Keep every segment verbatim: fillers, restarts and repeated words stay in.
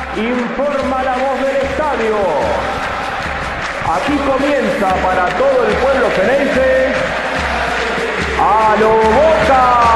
Informa la voz del estadio. Aquí comienza para todo el pueblo xenense A lo Boca.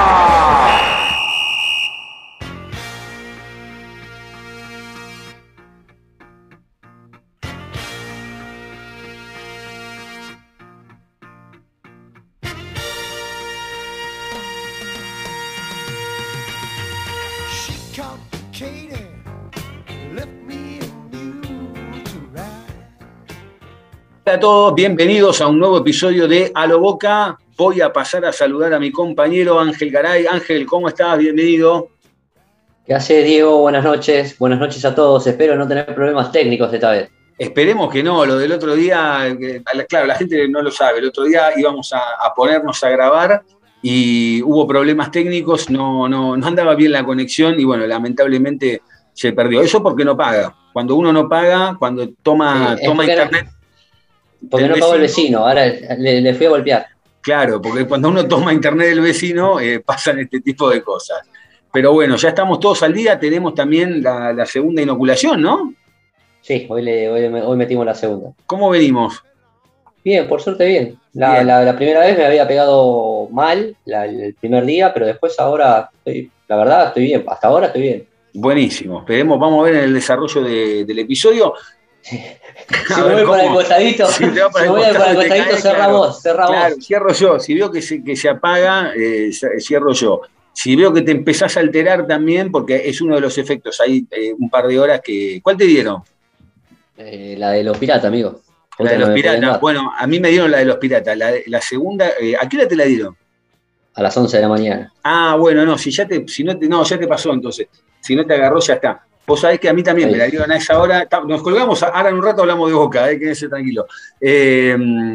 Hola a todos, bienvenidos a un nuevo episodio de A lo Boca. Voy a pasar a saludar a mi compañero Ángel Garay. Ángel, ¿cómo estás? Bienvenido. ¿Qué haces, Diego? Buenas noches. Buenas noches a todos. Espero no tener problemas técnicos esta vez. Esperemos que no. Lo del otro día, claro, la gente no lo sabe. El otro día íbamos a, a ponernos a grabar y hubo problemas técnicos, no, no, no andaba bien la conexión y bueno, lamentablemente se perdió. Eso porque no paga. Cuando uno no paga, cuando toma, Sí, toma internet... No, porque no pagó el vecino, ahora le, le fui a golpear. Claro, porque cuando uno toma internet del vecino eh, pasan este tipo de cosas. Pero bueno, ya estamos todos al día, tenemos también la, la segunda inoculación, ¿no? Sí, hoy, le, hoy, hoy metimos la segunda. ¿Cómo venimos? Bien, por suerte bien. La, bien. la, la primera vez me había pegado mal la, el primer día, pero después ahora, estoy, la verdad, estoy bien. Hasta ahora estoy bien. Buenísimo, esperemos, vamos a ver en el desarrollo de, del episodio. Si me voy para el costadito, si te va para si el voy costado, para el costadito, cae, cerra claro, vos, cerra claro, vos. Cierro yo, si veo que se, que se apaga, eh, cierro yo. Si veo que te empezás a alterar también, porque es uno de los efectos, hay eh, un par de horas que... ¿Cuál te dieron? Eh, la de los piratas, amigo. La de los piratas, bueno, a mí me dieron la de los piratas, la, la segunda, eh, ¿a qué hora te la dieron? A las once de la mañana. Ah, bueno, no, si ya te, si no te, no, ya te pasó entonces, si no te agarró ya está. Vos sabés que a mí también Ahí. me la dieron a esa hora. Nos colgamos, ahora en un rato hablamos de Boca, eh, quédense tranquilo. Eh,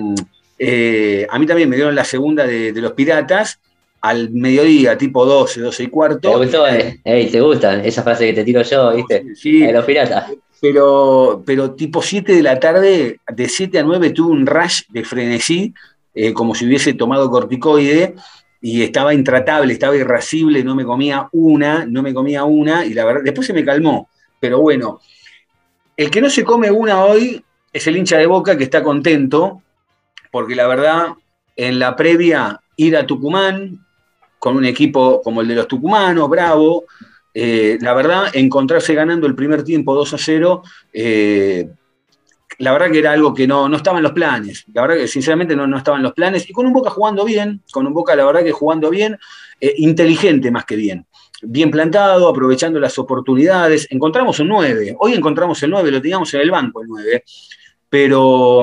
eh, a mí también me dieron la segunda de, de los Piratas al mediodía, tipo doce, doce y cuarto. ¿Te gustó? Eh? Ey, ¿te gustan esas frases que te tiro yo, viste? Sí. De los Piratas. Pero, pero tipo siete de la tarde, de siete a nueve tuve un rush de frenesí, eh, como si hubiese tomado corticoide. Y estaba intratable, estaba irascible, no me comía una, no me comía una, y la verdad, después se me calmó. Pero bueno, el que no se come una hoy es el hincha de Boca que está contento, porque la verdad, en la previa, ir a Tucumán, con un equipo como el de los tucumanos, bravo, eh, la verdad, encontrarse ganando el primer tiempo dos a cero, eh, la verdad que era algo que no, no estaba en los planes, la verdad que sinceramente no, no estaba en los planes, y con un Boca jugando bien, con un Boca la verdad que jugando bien, eh, inteligente más que bien, bien plantado, aprovechando las oportunidades, encontramos un nueve, hoy encontramos el nueve, lo teníamos en el banco el nueve, pero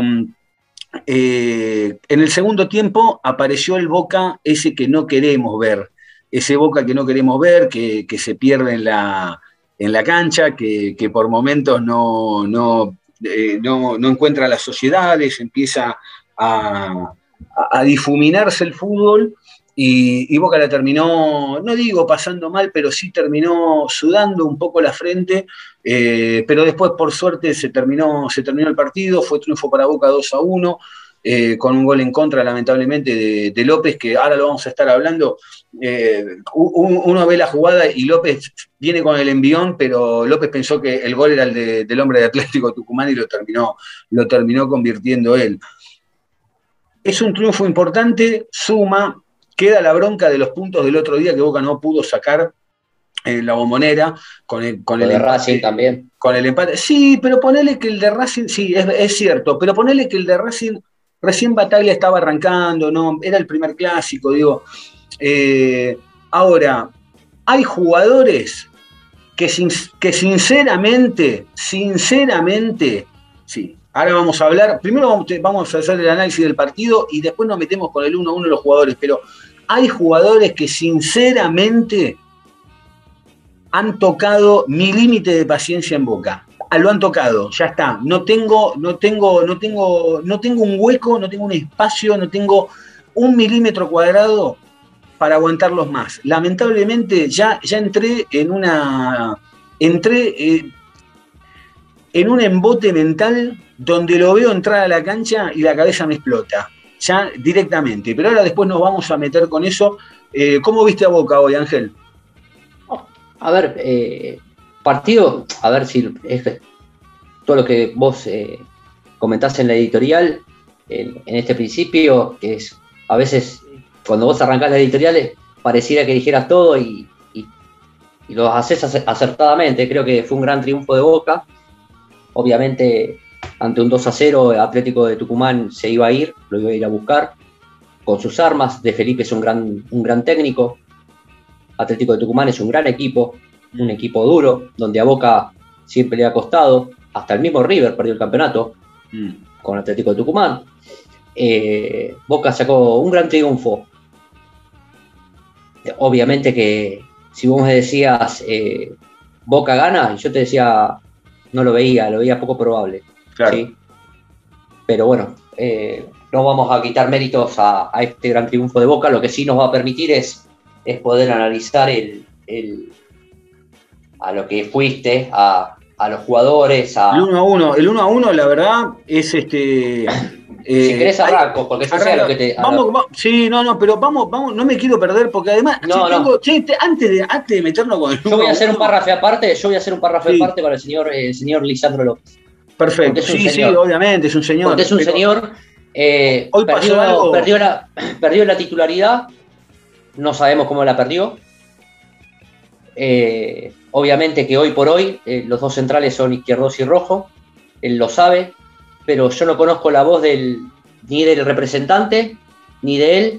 eh, en el segundo tiempo apareció el Boca ese que no queremos ver, ese Boca que no queremos ver, que, que se pierde en la, en la cancha, que, que por momentos no... no Eh, no, no encuentra las sociedades, empieza a, a, a difuminarse el fútbol y, y Boca la terminó, no digo pasando mal, pero sí terminó sudando un poco la frente, eh, pero después por suerte se terminó, se terminó el partido, fue triunfo para Boca dos a uno, eh, con un gol en contra lamentablemente de, de López, que ahora lo vamos a estar hablando. Eh, uno ve la jugada y López viene con el envión, pero López pensó que el gol era el de, del hombre de Atlético Tucumán y lo terminó, lo terminó convirtiendo él. Es un triunfo importante, suma, queda la bronca de los puntos del otro día que Boca no pudo sacar en la Bombonera, con el, con el de empate, Racing también. Con el empate. Sí, pero ponele que el de Racing, sí, es, es cierto, pero ponele que el de Racing, recién Bataglia estaba arrancando, no, era el primer clásico, digo. Eh, ahora, hay jugadores que, sin, que sinceramente, sinceramente, sí, ahora vamos a hablar, primero vamos, vamos a hacer el análisis del partido y después nos metemos con el uno a uno de los jugadores, pero hay jugadores que sinceramente han tocado mi límite de paciencia en Boca. Lo han tocado, ya está. No tengo, no tengo, no tengo, no tengo un hueco, no tengo un espacio, no tengo un milímetro cuadrado para aguantarlos más. Lamentablemente ya, ya entré en una. Entré eh, en un embote mental donde lo veo entrar a la cancha y la cabeza me explota. Ya directamente. Pero ahora después nos vamos a meter con eso. Eh, ¿Cómo viste a Boca hoy, Ángel? A ver, eh, partido, a ver si es todo lo que vos eh, comentás en la editorial, en, en este principio, que es a veces cuando vos arrancás las editoriales pareciera que dijeras todo y, y, y lo haces acertadamente. Creo que fue un gran triunfo de Boca. Obviamente, ante un dos a cero, el Atlético de Tucumán se iba a ir, lo iba a ir a buscar con sus armas. De Felipe es un gran, un gran técnico. Atlético de Tucumán es un gran equipo, un equipo duro, donde a Boca siempre le ha costado. Hasta el mismo River perdió el campeonato mm. con Atlético de Tucumán. Eh, Boca sacó un gran triunfo. Obviamente que si vos me decías eh, Boca gana, yo te decía no lo veía, lo veía poco probable. Claro. ¿Sí? Pero bueno, eh, no vamos a quitar méritos a, a este gran triunfo de Boca. Lo que sí nos va a permitir es, es poder analizar el, el, a lo que fuiste, a, a los jugadores. A... El uno a uno, el uno a uno, la verdad, es este. Eh, si querés arranco, porque yo sé lo que te... Vamos, vamos, sí, no, no, pero vamos, vamos, no me quiero perder, porque además, no, si no. tengo, che, te, antes, de, antes de meternos con el Yo voy a hacer un párrafo aparte, yo voy a hacer un párrafo sí. aparte para el señor, el señor Lisandro López. Perfecto, sí, señor. sí, obviamente, es un señor. Porque es un pero... señor, eh, Hoy perdió, pasó algo... perdió, la, perdió la titularidad, no sabemos cómo la perdió. Eh, obviamente que hoy por hoy eh, los dos centrales son Izquierdos y Rojo, él lo sabe, pero yo no conozco la voz del... ni del representante, ni de él,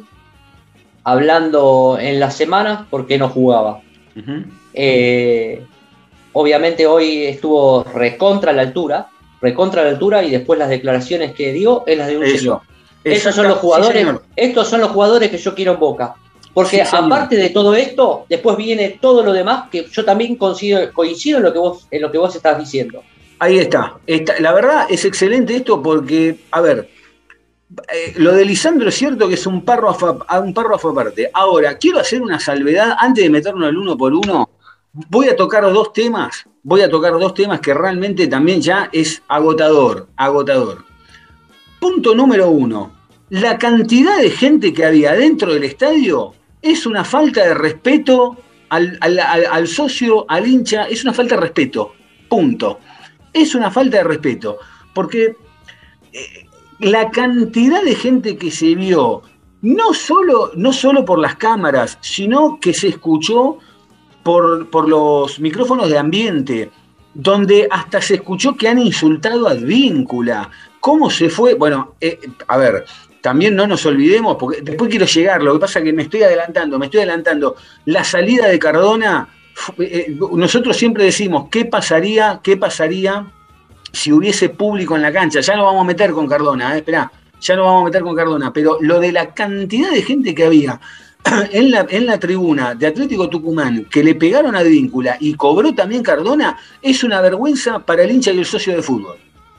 hablando en las semanas porque no jugaba. Uh-huh. Eh, obviamente hoy estuvo recontra la altura, recontra la altura, y después las declaraciones que dio es las de un Eso. señor. Esos son los jugadores, sí, estos son los jugadores que yo quiero en Boca. Porque sí, aparte de todo esto, después viene todo lo demás que yo también coincido, coincido en lo que vos, en lo que vos estás diciendo. Ahí está. está. La verdad es excelente esto porque, a ver, Eh, lo de Lisandro es cierto que es un párrafo, un párrafo aparte. Ahora, quiero hacer una salvedad antes de meternos al uno por uno. Voy a tocar dos temas, voy a tocar dos temas que realmente también ya es agotador, agotador. Punto número uno. La cantidad de gente que había dentro del estadio es una falta de respeto al, al, al, al socio, al hincha, es una falta de respeto. Punto. Es una falta de respeto. Porque... Eh, la cantidad de gente que se vio, no solo, no solo por las cámaras, sino que se escuchó por, por los micrófonos de ambiente, donde hasta se escuchó que han insultado a Advíncula. ¿Cómo se fue? Bueno, eh, a ver, también no nos olvidemos, porque después quiero llegar, lo que pasa es que me estoy adelantando, me estoy adelantando. La salida de Cardona, eh, nosotros siempre decimos, ¿qué pasaría, qué pasaría si hubiese público en la cancha? Ya nos vamos a meter con Cardona, eh, esperá, ya nos vamos a meter con Cardona, pero lo de la cantidad de gente que había en la, en la tribuna de Atlético Tucumán, que le pegaron a Advíncula y cobró también Cardona, es una vergüenza para el hincha y el socio de fútbol.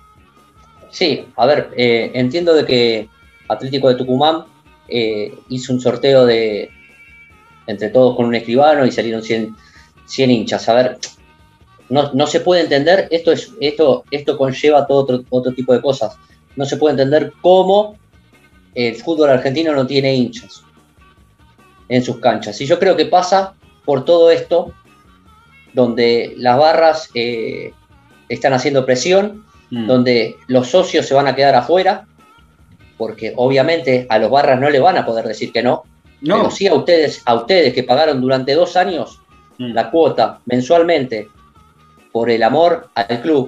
Sí, a ver, eh, entiendo de que Atlético de Tucumán eh, hizo un sorteo de entre todos con un escribano y salieron cien, cien hinchas. A ver, No, no se puede entender, esto, es, esto, esto conlleva todo otro, otro tipo de cosas. No se puede entender cómo el fútbol argentino no tiene hinchas en sus canchas. Y yo creo que pasa por todo esto, donde las barras eh, están haciendo presión, mm. donde los socios se van a quedar afuera, porque obviamente a los barras no le van a poder decir que no, no. Pero sí a ustedes, a ustedes que pagaron durante dos años mm. la cuota mensualmente, por el amor al club,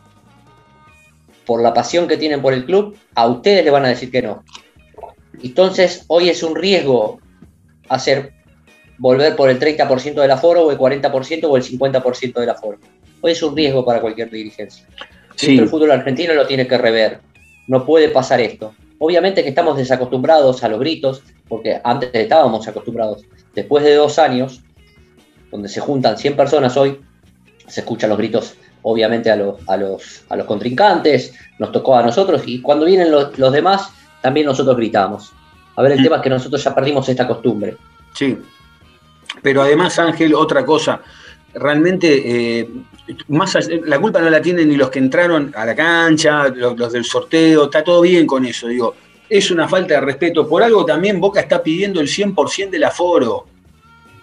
por la pasión que tienen por el club, a ustedes le van a decir que no. Entonces, hoy es un riesgo hacer volver por el treinta por ciento del aforo, o el cuarenta por ciento, o el cincuenta por ciento del aforo. Hoy es un riesgo para cualquier dirigencia. Sí. El fútbol argentino lo tiene que rever. No puede pasar esto. Obviamente que estamos desacostumbrados a los gritos, porque antes estábamos acostumbrados. Después de dos años, donde se juntan cien personas hoy, se escuchan los gritos, obviamente, a los, a los, a los contrincantes, nos tocó a nosotros, y cuando vienen los, los demás, también nosotros gritamos. A ver, el mm. tema es que nosotros ya perdimos esta costumbre. Sí, pero además, Ángel, otra cosa, realmente, eh, más allá, la culpa no la tienen ni los que entraron a la cancha, los, los del sorteo, está todo bien con eso, digo, es una falta de respeto. Por algo también Boca está pidiendo el cien por ciento del aforo.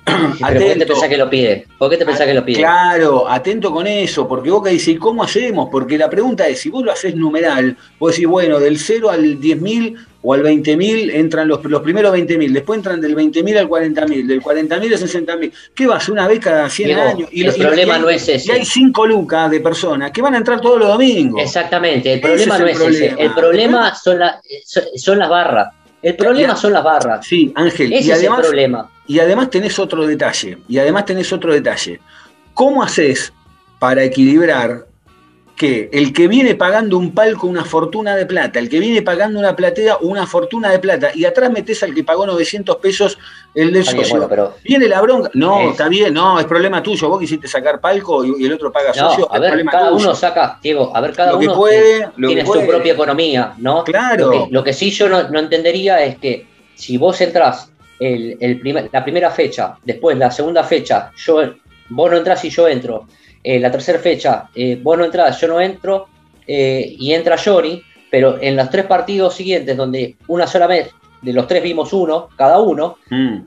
¿Pero por qué te pensás que lo pide? ¿Por qué te pensás que lo pide? Claro, atento con eso, porque Boca dice, ¿y cómo hacemos? Porque la pregunta es, si vos lo haces numeral, vos decís, bueno, del cero al diez mil o al veinte mil entran los, los primeros veinte mil, después entran del veinte mil al cuarenta mil, del cuarenta mil al sesenta mil. ¿Qué vas? Una vez cada cien Digo, años. Y, el y, problema y hay, no es ese. Y hay cinco lucas de personas que van a entrar todos los domingos. Exactamente, el problema no es ese. El problema son, la, son las barras. El problema son las barras. Sí, Ángel. Ese y además, es el problema. Y además tenés otro detalle. Y además tenés otro detalle. ¿Cómo haces para equilibrar que el que viene pagando un palco una fortuna de plata, el que viene pagando una platea una fortuna de plata, y atrás metés al que pagó novecientos pesos el del socio? Bueno, pero viene la bronca. No, es... está bien, no, es problema tuyo. Vos quisiste sacar palco y, y el otro paga no, socio. A ver, cada tuyo. uno saca, Diego, a ver, cada lo uno que puede, lo tiene que puede. su propia economía, ¿no? Claro. Lo que, lo que sí yo no, no entendería es que si vos entrás el, el primer, la primera fecha, después la segunda fecha, yo, vos no entrás y yo entro, eh, la tercera fecha, eh, vos no entrás, yo no entro, eh, y entra Johnny, pero en los tres partidos siguientes, donde una sola vez de los tres vimos uno, cada uno, mm.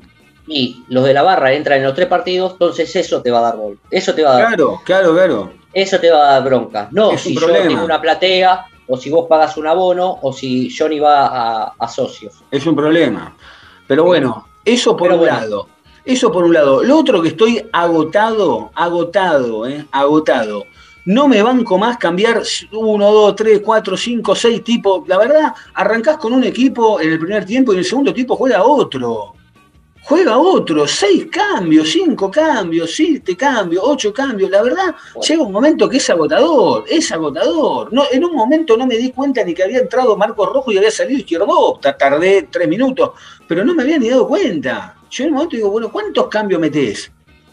y los de la barra entran en los tres partidos, entonces eso te va a dar gol. Eso te va a dar. Claro, claro, claro. Eso te va a dar bronca. No es si yo tengo una platea, o si vos pagas un abono, o si Johnny va a, a socios. Es un problema. Pero bueno, eso por Pero un bueno. lado. Eso por un lado. Lo otro que estoy agotado, agotado, eh, agotado. No me banco más cambiar uno, dos, tres, cuatro, cinco, seis tipos. La verdad, arrancás con un equipo en el primer tiempo y en el segundo tiempo juega otro. Juega otro. Seis cambios, cinco cambios, siete cambios, ocho cambios. La verdad, bueno. Llega un momento que es agotador. Es agotador. No, en un momento no me di cuenta ni que había entrado Marcos Rojo y había salido Izquierdo. Tardé tres minutos, pero no me había ni dado cuenta. Yo en un momento digo, bueno, ¿cuántos cambios metés?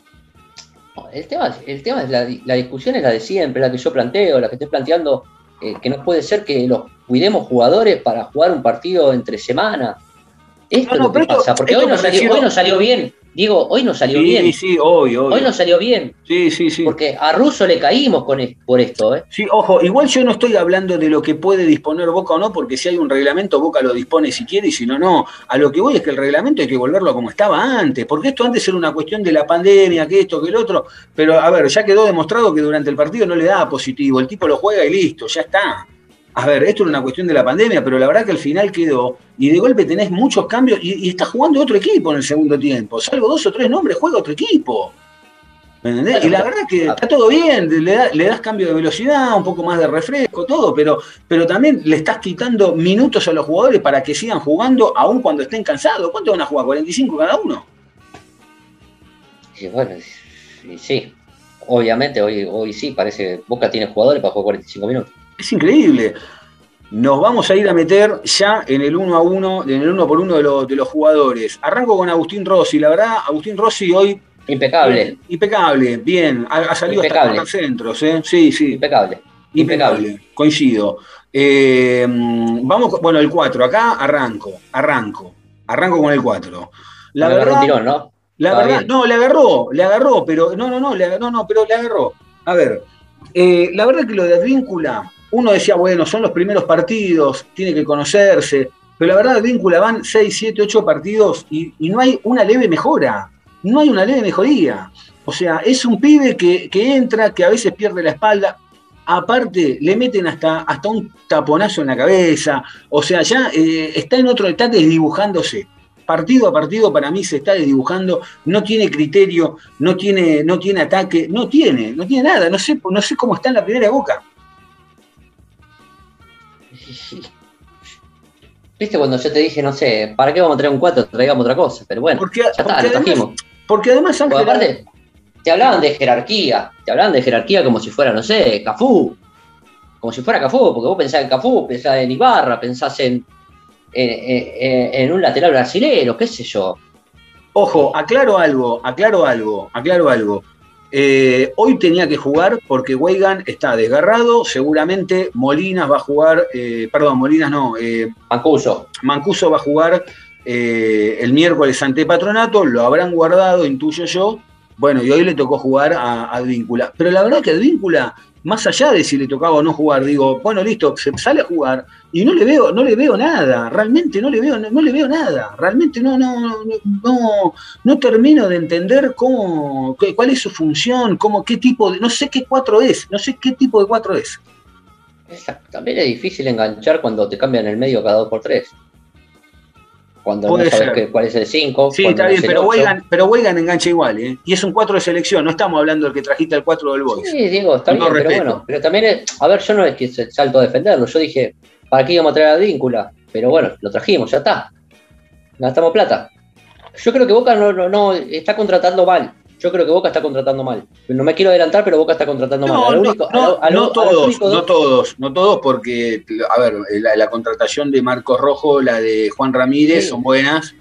El tema, el tema es la, la discusión es la de siempre, la que yo planteo, la que estoy planteando, eh, que no puede ser que los cuidemos jugadores para jugar un partido entre semana. Esto no, no, es lo que esto, pasa, porque hoy no, salió, refiero... hoy no salió bien. Diego, hoy no salió sí, bien. Sí, sí, hoy, hoy. Hoy no salió bien. Sí, sí, sí. Porque a Russo le caímos con esto, por esto, ¿eh? Sí, ojo, igual yo no estoy hablando de lo que puede disponer Boca o no, porque si hay un reglamento, Boca lo dispone si quiere y si no, no. A lo que voy es que el reglamento hay que volverlo como estaba antes, porque esto antes era una cuestión de la pandemia, que esto, que el otro, pero a ver, ya quedó demostrado que durante el partido no le da positivo, el tipo lo juega y listo, ya está. A ver, esto era una cuestión de la pandemia, pero la verdad que al final quedó, y de golpe tenés muchos cambios, y, y está jugando otro equipo en el segundo tiempo. Salvo dos o tres nombres, juega otro equipo. ¿Me entendés? Bueno, y la verdad que está todo bien, le, da, le das cambio de velocidad, un poco más de refresco, todo, pero, pero también le estás quitando minutos a los jugadores para que sigan jugando aún cuando estén cansados. ¿Cuánto van a jugar? ¿cuarenta y cinco cada uno? Sí, bueno, sí. Obviamente, hoy, hoy sí, parece que Boca tiene jugadores para jugar cuarenta y cinco minutos. Es increíble. Nos vamos a ir a meter ya en el uno a uno, en el uno por uno de los, de los jugadores. Arranco con Agustín Rossi. La verdad, Agustín Rossi hoy... Impecable. Bien, impecable, bien. Ha, ha salido impecable. hasta centros, ¿eh? Sí, sí. Impecable. Impecable. Impecable. Coincido. Eh, vamos, bueno, el cuatro. Acá arranco, arranco. Arranco con el cuatro. La no verdad... Un tirón, ¿no? La Estaba verdad, bien. no, le agarró, le agarró, pero... No, no, no, le, no, no, pero le agarró. A ver, eh, la verdad que lo de Advíncula... Uno decía, bueno, son los primeros partidos, tiene que conocerse, pero la verdad, Advíncula van seis, siete, ocho partidos y, y no hay una leve mejora, no hay una leve mejoría. O sea, es un pibe que, que entra, que a veces pierde la espalda, aparte le meten hasta, hasta un taponazo en la cabeza, o sea, ya eh, está en otro, está desdibujándose. Partido a partido para mí se está desdibujando, no tiene criterio, no tiene, no tiene ataque, no tiene, no tiene nada, no sé, no sé cómo está en la primera Boca. Viste cuando yo te dije, no sé, ¿para qué vamos a traer un cuatro? Traigamos otra cosa, pero bueno, porque, ya está, lo trajimos. Porque además, Ángel, porque aparte, te hablaban de jerarquía, te hablaban de jerarquía como si fuera, no sé, Cafú, como si fuera Cafú, porque vos pensás en Cafú, pensás en Ibarra, pensás en, en, en, en un lateral brasilero, qué sé yo. Ojo, aclaro algo, aclaro algo, aclaro algo. Eh, hoy tenía que jugar porque Weigand está desgarrado, seguramente Molinas va a jugar, eh, perdón, Molinas no, eh, Mancuso. Mancuso va a jugar eh, el miércoles ante Patronato, lo habrán guardado, intuyo yo, bueno, y hoy le tocó jugar a Advíncula. Pero la verdad que Advíncula más allá de si le tocaba o no jugar, digo, bueno, listo, se sale a jugar y no le veo, no le veo nada, realmente no le veo, no, no le veo nada, realmente no, no, no, no, no termino de entender cómo, cuál es su función, cómo, qué tipo de, no sé qué cuatro es, no sé qué tipo de cuatro es. También es difícil enganchar cuando te cambian el medio cada dos por tres. Cuando Puede no sabes ser. qué, cuál es el cinco. Sí, está bien, pero Weigan, pero Weigan engancha igual, ¿eh? Y es un cuatro de selección, no estamos hablando del que trajiste al cuatro del Boys. Sí, Diego, está bien, pero bueno, pero también, es, a ver, yo no es que salto a defenderlo, yo dije, ¿para qué íbamos a traer a Víncula? Pero bueno, lo trajimos, ya está. Gastamos plata. Yo creo que Boca no, no, no está contratando mal. Yo creo que Boca está contratando mal. No me quiero adelantar, pero Boca está contratando no, mal. No, único, no, a lo, a lo, no todos, dos... no todos, no todos, porque, a ver, la, la contratación de Marcos Rojo, la de Juan Ramírez, sí, son buenas.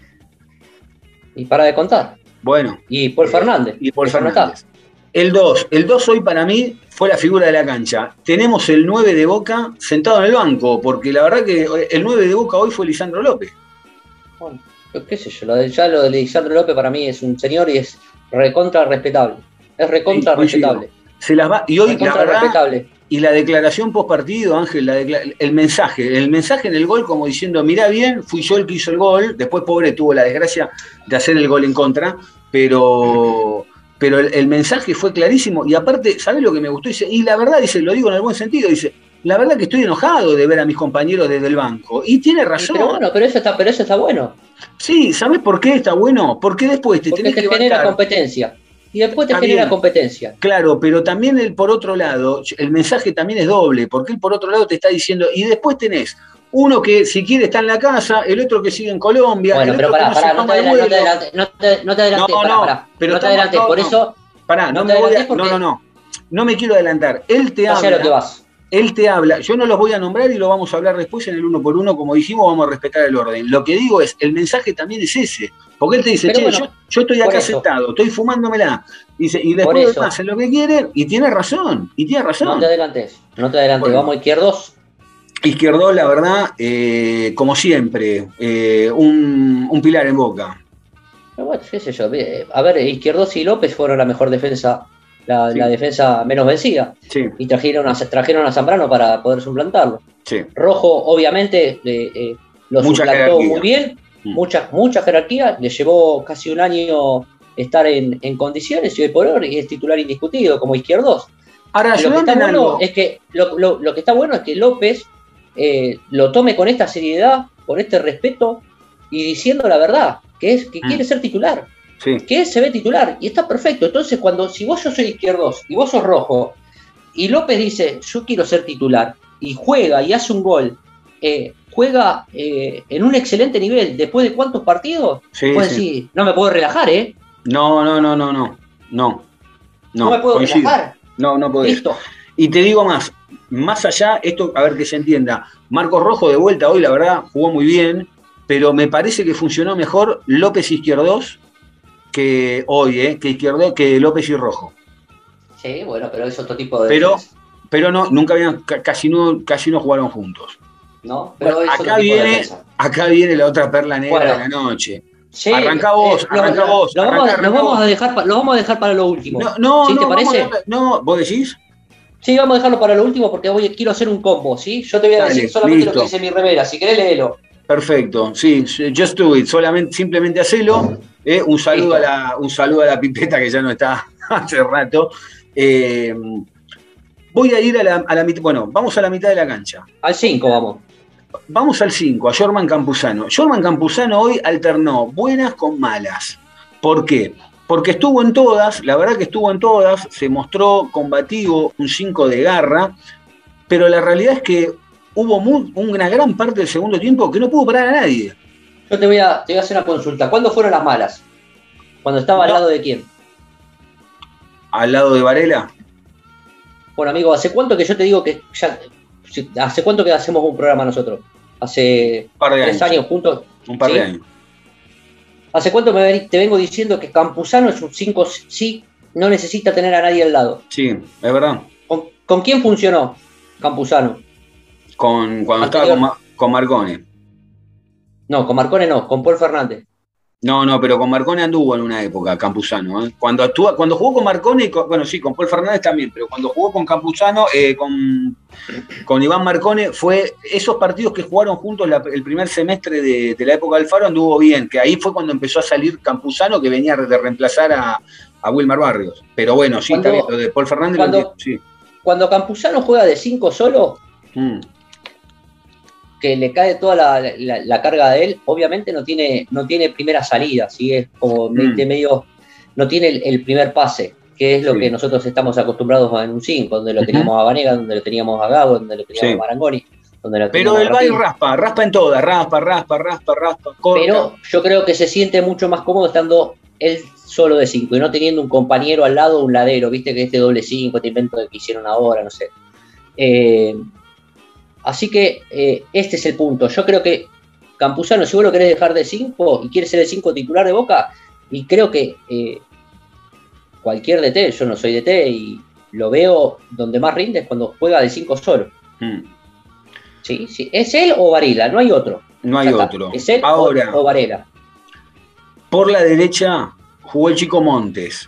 Y para de contar. Bueno. Y Paul eh, Fernández. Y Paul Fernández. El dos, el dos hoy para mí fue la figura de la cancha. Tenemos el nueve de Boca sentado en el banco, porque la verdad que el nueve de Boca hoy fue Lisandro López. Bueno, qué sé yo, lo de, ya lo de Lisandro López para mí es un señor y es recontra respetable. Es recontra sí, respetable. Se las va, y hoy la verdad, respetable. Y la declaración post partido, Ángel, la el mensaje, el mensaje en el gol como diciendo, mirá bien, fui yo el que hizo el gol, después pobre tuvo la desgracia de hacer el gol en contra, pero, pero el, el mensaje fue clarísimo, y aparte, ¿sabés lo que me gustó? Dice, y la verdad, dice, lo digo en el buen sentido, dice, la verdad que estoy enojado de ver a mis compañeros desde el banco, y tiene razón. Pero bueno, pero eso está, pero eso está bueno. Sí, ¿sabés por qué está bueno? Porque después te Porque tenés te que genera bancar. competencia. Y después te Está genera bien. competencia. Claro, pero también el por otro lado, el mensaje también es doble, porque él por otro lado te está diciendo, y después tenés uno que si quiere está en la casa, el otro que sigue en Colombia. Bueno, el pero otro pará, que pará, no, no, no, no te adelantes, no te, no te adelantes, no, pará, no, pará, pero no te adelantes, no, por no, eso... Pará, no, no me te voy a, porque... no, no, no, no me quiero adelantar, él te no sé habla... a lo que vas. Él te habla, yo no los voy a nombrar y lo vamos a hablar después en el uno por uno, como dijimos, vamos a respetar el orden. Lo que digo es, el mensaje también es ese, porque él te dice, pero che, bueno, yo, yo estoy acá sentado, estoy fumándomela, dice, y después hacen lo que quieren, y tiene razón, y tiene razón. No te adelantes, no te adelantes, bueno, vamos a Izquierdos. Izquierdos, la verdad, eh, como siempre, eh, un, un pilar en Boca. Pero bueno, qué sé yo, a ver, Izquierdos y López fueron la mejor defensa. La, sí. la defensa menos vencida. Sí. Y trajeron a, trajeron a Zambrano para poder suplantarlo. Sí. Rojo, obviamente, eh, eh, lo mucha suplantó jerarquía. Muy bien, mm. mucha, mucha jerarquía. Le llevó casi un año estar en, en condiciones y hoy por hoy es titular indiscutido como Izquierdos. Ahora, lo que está bueno es que lo, lo, lo que está bueno es que López eh, lo tome con esta seriedad, con este respeto y diciendo la verdad, que es que mm. quiere ser titular. Sí. Que él se ve titular y está perfecto. Entonces, cuando si vos yo soy Izquierdos y vos sos Rojo y López dice yo quiero ser titular y juega y hace un gol, eh, juega eh, en un excelente nivel después de cuántos partidos, sí, puedes sí. decir, no me puedo relajar, ¿eh? No, no, no, no, no, no. No, no me puedo coincido. relajar. No, no podés. Listo. Y te digo más, más allá, esto, a ver que se entienda, Marcos Rojo de vuelta hoy, la verdad, jugó muy bien, pero me parece que funcionó mejor López Izquierdos que hoy, ¿eh? que Izquierdo, que López y Rojo. Sí, bueno, pero es otro tipo de... Pero, pero no, nunca habían, casi no, casi no jugaron juntos. No, pero bueno, es acá viene, acá viene la otra perla negra bueno, de la noche. Sí, arranca vos, eh, arranca lo, vos. Lo, arranca, vamos, arranca lo, vamos vos. A dejar, lo vamos a dejar para lo último. No, no, ¿Sí, no, te parece? A, no, ¿vos decís? Sí, vamos a dejarlo para lo último porque voy, quiero hacer un combo, ¿sí? Yo te voy a Dale, decir solamente listo. Lo que dice mi remera, si querés léelo. Perfecto, sí, just do it, solamente, simplemente hacelo. Eh, un, saludo a la, un saludo a la pipeta que ya no está hace rato. Eh, voy a ir a la, a la mitad, bueno, vamos a la mitad de la cancha. Al cinco vamos. Vamos al cinco, a Jorman Campuzano. Jorman Campuzano hoy alternó buenas con malas. ¿Por qué? Porque estuvo en todas, la verdad que estuvo en todas, se mostró combativo, un cinco de garra, pero la realidad es que hubo muy, una gran parte del segundo tiempo que no pudo parar a nadie. Yo te voy, a, te voy a hacer una consulta. ¿Cuándo fueron las malas? ¿Cuando estaba no. al lado de quién? ¿Al lado de Varela? Bueno, amigo, ¿hace cuánto que yo te digo que ya... ¿Hace cuánto que hacemos un programa nosotros? ¿Hace un par de tres años. años juntos? Un par ¿Sí? de años. ¿Hace cuánto me, te vengo diciendo que Campuzano es un cinco sí, no necesita tener a nadie al lado? Sí, es verdad. ¿Con, ¿con quién funcionó Campuzano? Con, cuando Anterior. estaba con, con Marcone. No, con Marcone no, con Paul Fernández. No, no, pero con Marcone anduvo en una época, Campuzano. ¿eh? Cuando, actúa, cuando jugó con Marcone, con, bueno, sí, con Paul Fernández también, pero cuando jugó con Campuzano, eh, con, con Iván Marcone, fue esos partidos que jugaron juntos la, el primer semestre de, de la época del Faro, anduvo bien, que ahí fue cuando empezó a salir Campuzano, que venía de reemplazar a, a Wilmar Barrios. Pero bueno, sí, cuando, está bien, lo de Paul Fernández. Cuando, lo sí. cuando Campuzano juega de cinco solo, mm. que le cae toda la, la, la carga de él, obviamente no tiene, no tiene primera salida, ¿sí? Es como mm. medio, no tiene el, el primer pase, que es lo sí. que nosotros estamos acostumbrados en un cinco, donde lo uh-huh. teníamos a Vanega, donde lo teníamos a Gago, donde lo teníamos sí. a Marangoni. Donde lo Pero él va y raspa, raspa en todas, raspa, raspa, raspa, raspa, corta. Pero yo creo que se siente mucho más cómodo estando él solo de cinco y no teniendo un compañero al lado, un ladero, viste que este doble cinco, este invento que hicieron ahora, no sé. Eh, Así que eh, este es el punto. Yo creo que Campuzano, si vos lo querés dejar de cinco y quieres ser el cinco titular de Boca, y creo que eh, cualquier D T, yo no soy D T y lo veo donde más rinde es cuando juega de cinco solo. Mm. ¿Sí? ¿Sí? ¿Es él o Varela? No hay otro. No hay Acá. otro. ¿Es él Ahora, o, o Varela? Por la derecha jugó el Chico Montes.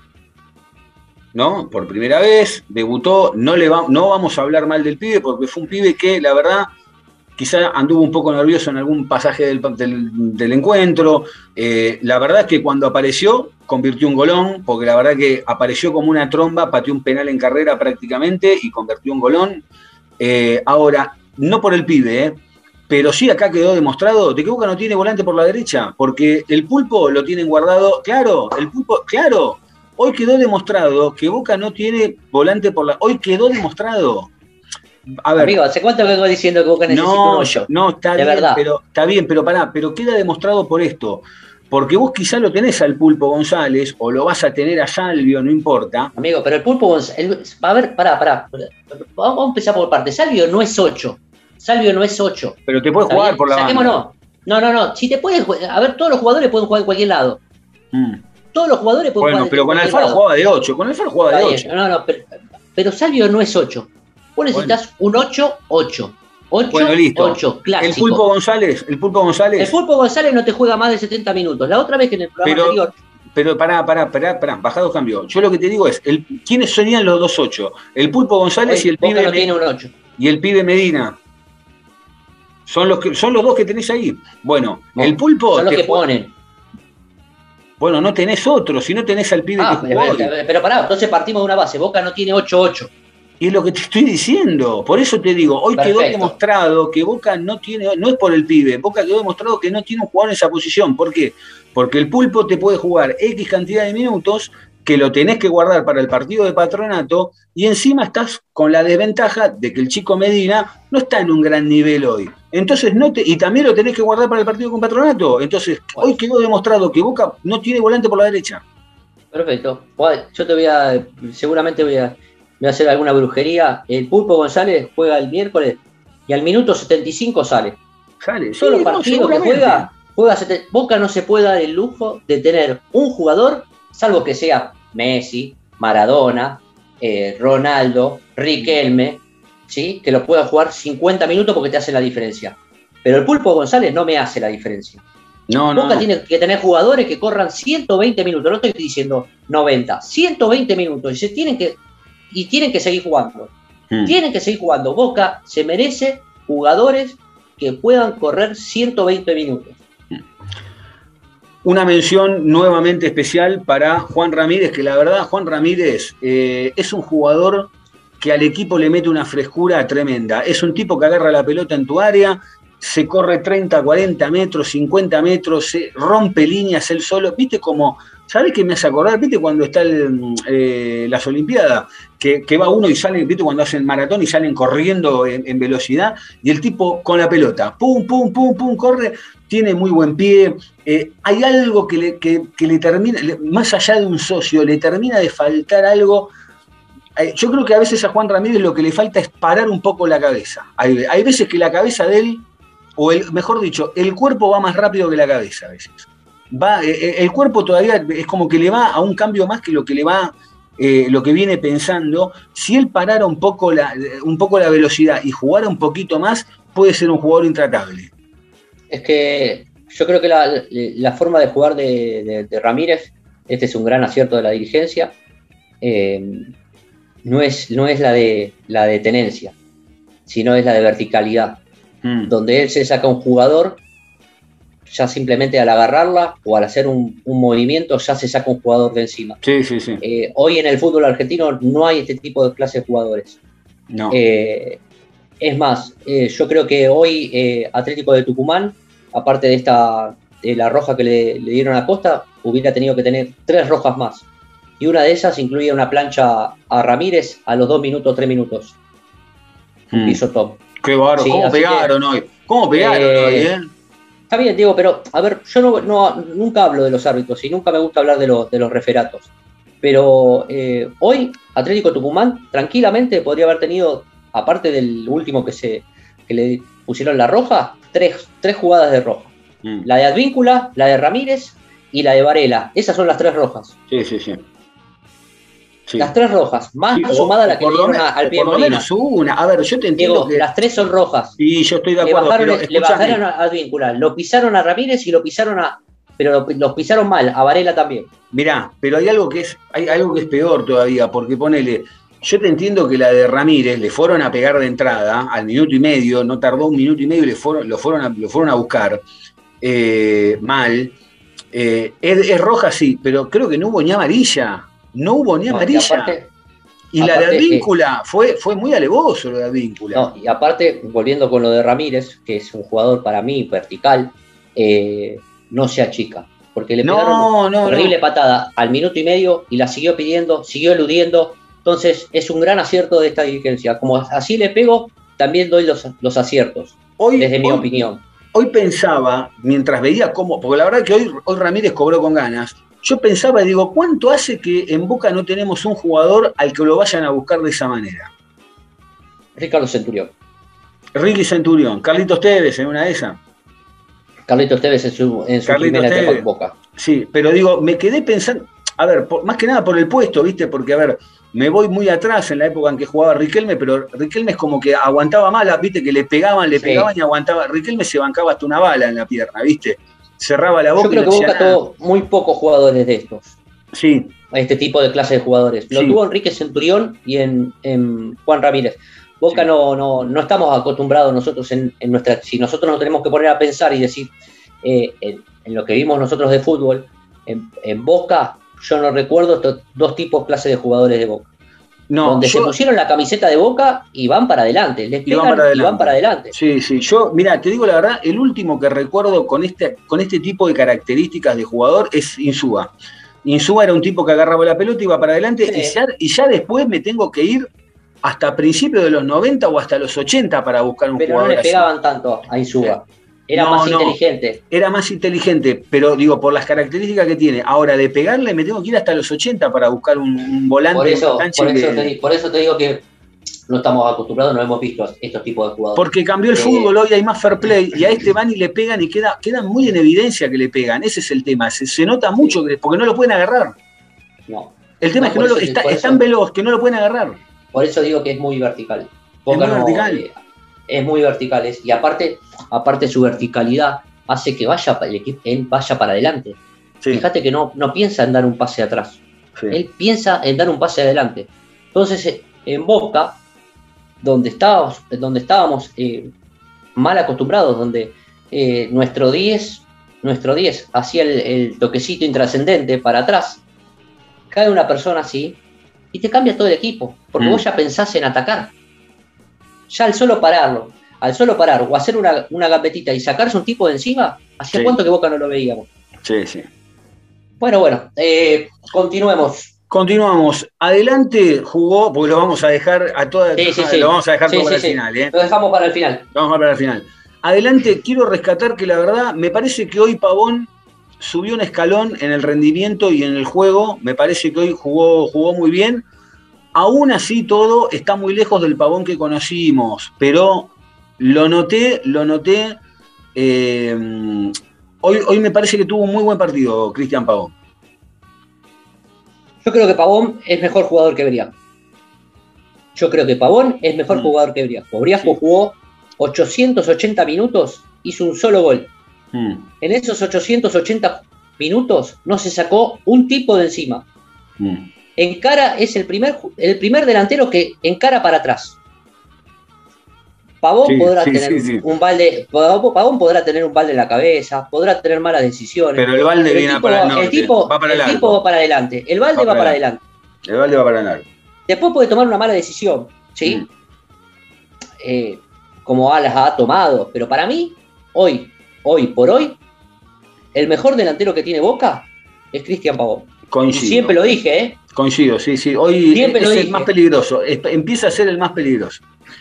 ¿No? Por primera vez, debutó, no, le va, no vamos a hablar mal del pibe, porque fue un pibe que, la verdad, quizá anduvo un poco nervioso en algún pasaje del, del, del encuentro. Eh, la verdad es que cuando apareció, convirtió un golón, porque la verdad que apareció como una tromba, pateó un penal en carrera prácticamente y convirtió un golón. Eh, ahora, no por el pibe, ¿eh? Pero sí acá quedó demostrado de que Boca no tiene volante por la derecha, porque el Pulpo lo tienen guardado, claro, el Pulpo, claro. Hoy quedó demostrado que Boca no tiene volante por la... Hoy quedó demostrado. A ver, amigo, ¿hace cuánto vengo diciendo que Boca necesita no, un ocho? No, está de bien, verdad. pero está bien, pero pará, pero queda demostrado por esto. Porque vos quizá lo tenés al Pulpo González, o lo vas a tener a Salvio, no importa. Amigo, pero el Pulpo González... A ver, pará, pará. Vamos a empezar por partes. Salvio no es ocho. Salvio no es ocho. Pero te puede jugar bien? por la Saquémonos. banda. No, no, no. Si te puedes... A ver, todos los jugadores pueden jugar en cualquier lado. Mm. Todos los jugadores pueden bueno, jugar pero con Alfaro jugaba de ocho, con Alfaro jugaba de ocho. No, no, pero, pero Salvio no es ocho. Vos necesitas bueno. un ocho ocho. ocho, bueno, listo. ocho, clásico. El Pulpo González, el Pulpo González. El Pulpo González no te juega más de setenta minutos. La otra vez que en el programa pero, anterior. Pero pará, pará, pará, pará, bajado cambió. Yo lo que te digo es, el, ¿quiénes serían los dos ocho? El Pulpo González Hoy, y el pibe no tiene un ocho. Y el pibe Medina. Son los que, son los dos que tenés ahí. Bueno, no, el Pulpo. Son los que juega, ponen. Bueno, no tenés otro, si no tenés al pibe ah, que jugó. Pero, pero pará, entonces partimos de una base. Boca no tiene ocho ocho. Y es lo que te estoy diciendo. Por eso te digo, hoy Perfecto. quedó demostrado que Boca no tiene, no es por el pibe, Boca quedó demostrado que no tiene un jugador en esa posición. ¿Por qué? Porque el Pulpo te puede jugar X cantidad de minutos, que lo tenés que guardar para el partido de Patronato, y encima estás con la desventaja de que el chico Medina no está en un gran nivel hoy. Entonces, no te, y también lo tenés que guardar para el partido con Patronato. Entonces, bueno. hoy quedó demostrado que Boca no tiene volante por la derecha. Perfecto. Yo te voy a, seguramente voy a, voy a hacer alguna brujería. El Pulpo González juega el miércoles y al minuto setenta y cinco sale. Sale. Todos los partidos que juega, juega setenta, Boca no se puede dar el lujo de tener un jugador, salvo que sea Messi, Maradona, eh, Ronaldo, Riquelme, ¿sí? Que lo pueda jugar cincuenta minutos porque te hace la diferencia. Pero el Pulpo González no me hace la diferencia. No, Boca no. tiene que tener jugadores que corran ciento veinte minutos, no estoy diciendo noventa, ciento veinte minutos, y se tienen que, y tienen que seguir jugando. Hmm. Tienen que seguir jugando. Boca se merece jugadores que puedan correr ciento veinte minutos. Una mención nuevamente especial para Juan Ramírez, que la verdad, Juan Ramírez eh, es un jugador que al equipo le mete una frescura tremenda. Es un tipo que agarra la pelota en tu área, se corre treinta, cuarenta metros, cincuenta metros, se rompe líneas él solo. ¿Viste cómo? ¿Sabés qué me hace acordar? ¿Viste cuando están eh, las Olimpiadas? Que, que va uno y sale, ¿viste cuando hacen maratón y salen corriendo en, en velocidad? Y el tipo con la pelota, pum, pum, pum, pum, corre, tiene muy buen pie. Eh, hay algo que le, que, que le termina, más allá de un socio, le termina de faltar algo. Eh, yo creo que a veces a Juan Ramírez lo que le falta es parar un poco la cabeza. Hay, hay veces que la cabeza de él, o el, mejor dicho, el cuerpo va más rápido que la cabeza a veces. Va, eh, el cuerpo todavía es como que le va a un cambio más que lo que le va, eh, lo que viene pensando. Si él parara un poco, la, un poco la velocidad y jugara un poquito más, puede ser un jugador intratable. Es que yo creo que la, la forma de jugar de, de, de Ramírez, este es un gran acierto de la dirigencia, eh, no, es, no es la de, la de tenencia, sino es la de verticalidad, mm. donde él se saca un jugador, ya simplemente al agarrarla o al hacer un, un movimiento ya se saca un jugador de encima. Sí, sí, sí. Eh, hoy en el fútbol argentino no hay este tipo de clase de jugadores. No. Eh, es más, eh, yo creo que hoy eh, Atlético de Tucumán, aparte de esta de la roja que le, le dieron a Costa, hubiera tenido que tener tres rojas más. Y una de esas incluía una plancha a Ramírez a los dos minutos, tres minutos. Mm. Hizo top. Qué bárbaro. Sí, ¿Cómo pegaron que, hoy? ¿Cómo pegaron eh, hoy, eh? Está bien, Diego, pero a ver, yo no, no, nunca hablo de los árbitros y nunca me gusta hablar de los, de los referatos. Pero eh, hoy Atlético Tucumán tranquilamente podría haber tenido, aparte del último que se que le pusieron la roja, tres, tres jugadas de roja. Mm. La de Advíncula, la de Ramírez y la de Varela. Esas son las tres rojas. Sí, sí, sí. Sí. Las tres rojas, más sí, sumada a la que le dieron menos, al pie por lo menos una. A ver, yo te entiendo Diego, que... las tres son rojas. Sí, yo estoy de acuerdo. Le bajaron, pero, le bajaron a Advíncula, lo pisaron a Ramírez y lo pisaron a... Pero los pisaron mal, a Varela también. Mirá, pero hay algo que es hay algo que es peor todavía, porque ponele... Yo te entiendo que la de Ramírez le fueron a pegar de entrada al minuto y medio, no tardó un minuto y medio y le fueron, lo, fueron a, lo fueron a buscar eh, mal. Eh, es, es roja, sí, pero creo que no hubo ni amarilla. No hubo ni amarilla. No, y aparte, y aparte, la de Advíncula eh, fue, fue muy alevoso lo de Advíncula. No, y aparte, volviendo con lo de Ramírez, que es un jugador para mí vertical, eh, no se achica. Porque le no, pegaron no, una horrible no. patada al minuto y medio y la siguió pidiendo, siguió eludiendo. Entonces es un gran acierto de esta dirigencia. Como así le pego, también doy los, los aciertos, hoy, desde mi hoy, opinión. Hoy pensaba, mientras veía cómo, porque la verdad que hoy, hoy Ramírez cobró con ganas, yo pensaba y digo, ¿cuánto hace que en Boca no tenemos un jugador al que lo vayan a buscar de esa manera? Ricardo Centurión. Ricky Centurión, Carlitos Tevez en una de esas. Carlitos Tevez en su, en su primera etapa en Boca. Sí, pero digo, me quedé pensando, a ver, por, más que nada por el puesto, ¿viste? Porque, a ver, me voy muy atrás en la época en que jugaba Riquelme, pero Riquelme es como que aguantaba mal, ¿viste? Que le pegaban, le sí. pegaban y aguantaba. Riquelme se bancaba hasta una bala en la pierna, ¿viste? Cerraba la boca. Yo creo y no que Boca tuvo muy pocos jugadores de estos. Sí. Este tipo de clase de jugadores. Lo sí. tuvo Enrique Centurión y en, en Juan Ramírez. Boca sí. no, no, no estamos acostumbrados nosotros en, en nuestra. Si nosotros nos tenemos que poner a pensar y decir eh, en, en lo que vimos nosotros de fútbol, en, en Boca. Yo no recuerdo estos dos tipos clases de jugadores de Boca. No, donde yo, se pusieron la camiseta de Boca y van para adelante. Les pegan y van para adelante. Y van para adelante. Sí, sí. Yo, mira, te digo la verdad, el último que recuerdo con este, con este tipo de características de jugador es Insúa. Insúa era un tipo que agarraba la pelota, iba para adelante sí. y, ya, y ya después me tengo que ir hasta principios de los noventa o hasta los ochenta para buscar un pero jugador no le pegaban así. tanto a Insúa. Era no, más no, inteligente. Era más inteligente, pero digo, por las características que tiene. Ahora, de pegarle me tengo que ir hasta los ochenta para buscar un, un volante. Por eso, un por, eso que... te, por eso te digo que no estamos acostumbrados, no hemos visto estos tipos de jugadores. Porque cambió el eh, fútbol, hoy hay más fair play, y a este van y le pegan y queda, quedan muy en evidencia que le pegan. Ese es el tema, se, se nota mucho, que, porque no lo pueden agarrar. No. El tema no, es que no lo, está, es tan veloz que no lo pueden agarrar. Por eso digo que es muy vertical. Es muy no, vertical. Eh, es muy vertical, es, y aparte, aparte su verticalidad hace que vaya, el equipo, él vaya para adelante. Sí. Fíjate que no, no piensa en dar un pase atrás. Sí. Él piensa en dar un pase adelante. Entonces, en Boca, donde estábamos, donde estábamos eh, mal acostumbrados, donde eh, nuestro diez, nuestro diez hacía el, el toquecito intrascendente para atrás, cae una persona así y te cambia todo el equipo, porque mm. vos ya pensás en atacar. Ya al solo pararlo, al solo parar o hacer una, una gambetita y sacarse un tipo de encima, ¿hacía sí. cuánto que Boca no lo veíamos? Sí, sí. Bueno, bueno, eh, continuemos. Continuamos. Adelante jugó, porque lo vamos a dejar a toda, sí, sí, sí. lo vamos a dejar sí, todo sí, para sí. el final, ¿eh? Lo dejamos para el final. Lo vamos a dejar para el final. Adelante, quiero rescatar que la verdad, me parece que hoy Pavón subió un escalón en el rendimiento y en el juego. Me parece que hoy jugó, jugó muy bien. Aún así todo está muy lejos del Pavón que conocimos, pero lo noté, lo noté. Eh, hoy, hoy me parece que tuvo un muy buen partido Cristian Pavón. Yo creo que Pavón es mejor jugador que Briasco. Yo creo que Pavón es mejor mm. jugador que Briasco. Briasco sí. jugó ochocientos ochenta minutos, hizo un solo gol. Mm. En esos ochocientos ochenta minutos no se sacó un tipo de encima. Mm. Encara es el primer, el primer delantero que encara para atrás. Pavón sí, podrá sí, tener sí, sí. un balde, Pavón podrá tener un balde en la cabeza, podrá tener malas decisiones. Pero el balde pero el viene tipo, para el norte, el tipo, va para el, el tipo va para adelante, el balde va, va para adelante. adelante. El balde va para adelante. Después puede tomar una mala decisión, ¿sí? Mm. Eh, como las ha tomado, pero para mí, hoy, hoy por hoy, el mejor delantero que tiene Boca es Cristian Pavón. Coincido. Y siempre lo dije, ¿eh? Coincido, sí, sí. Hoy siempre es lo el dije. más peligroso, empieza a ser el más peligroso.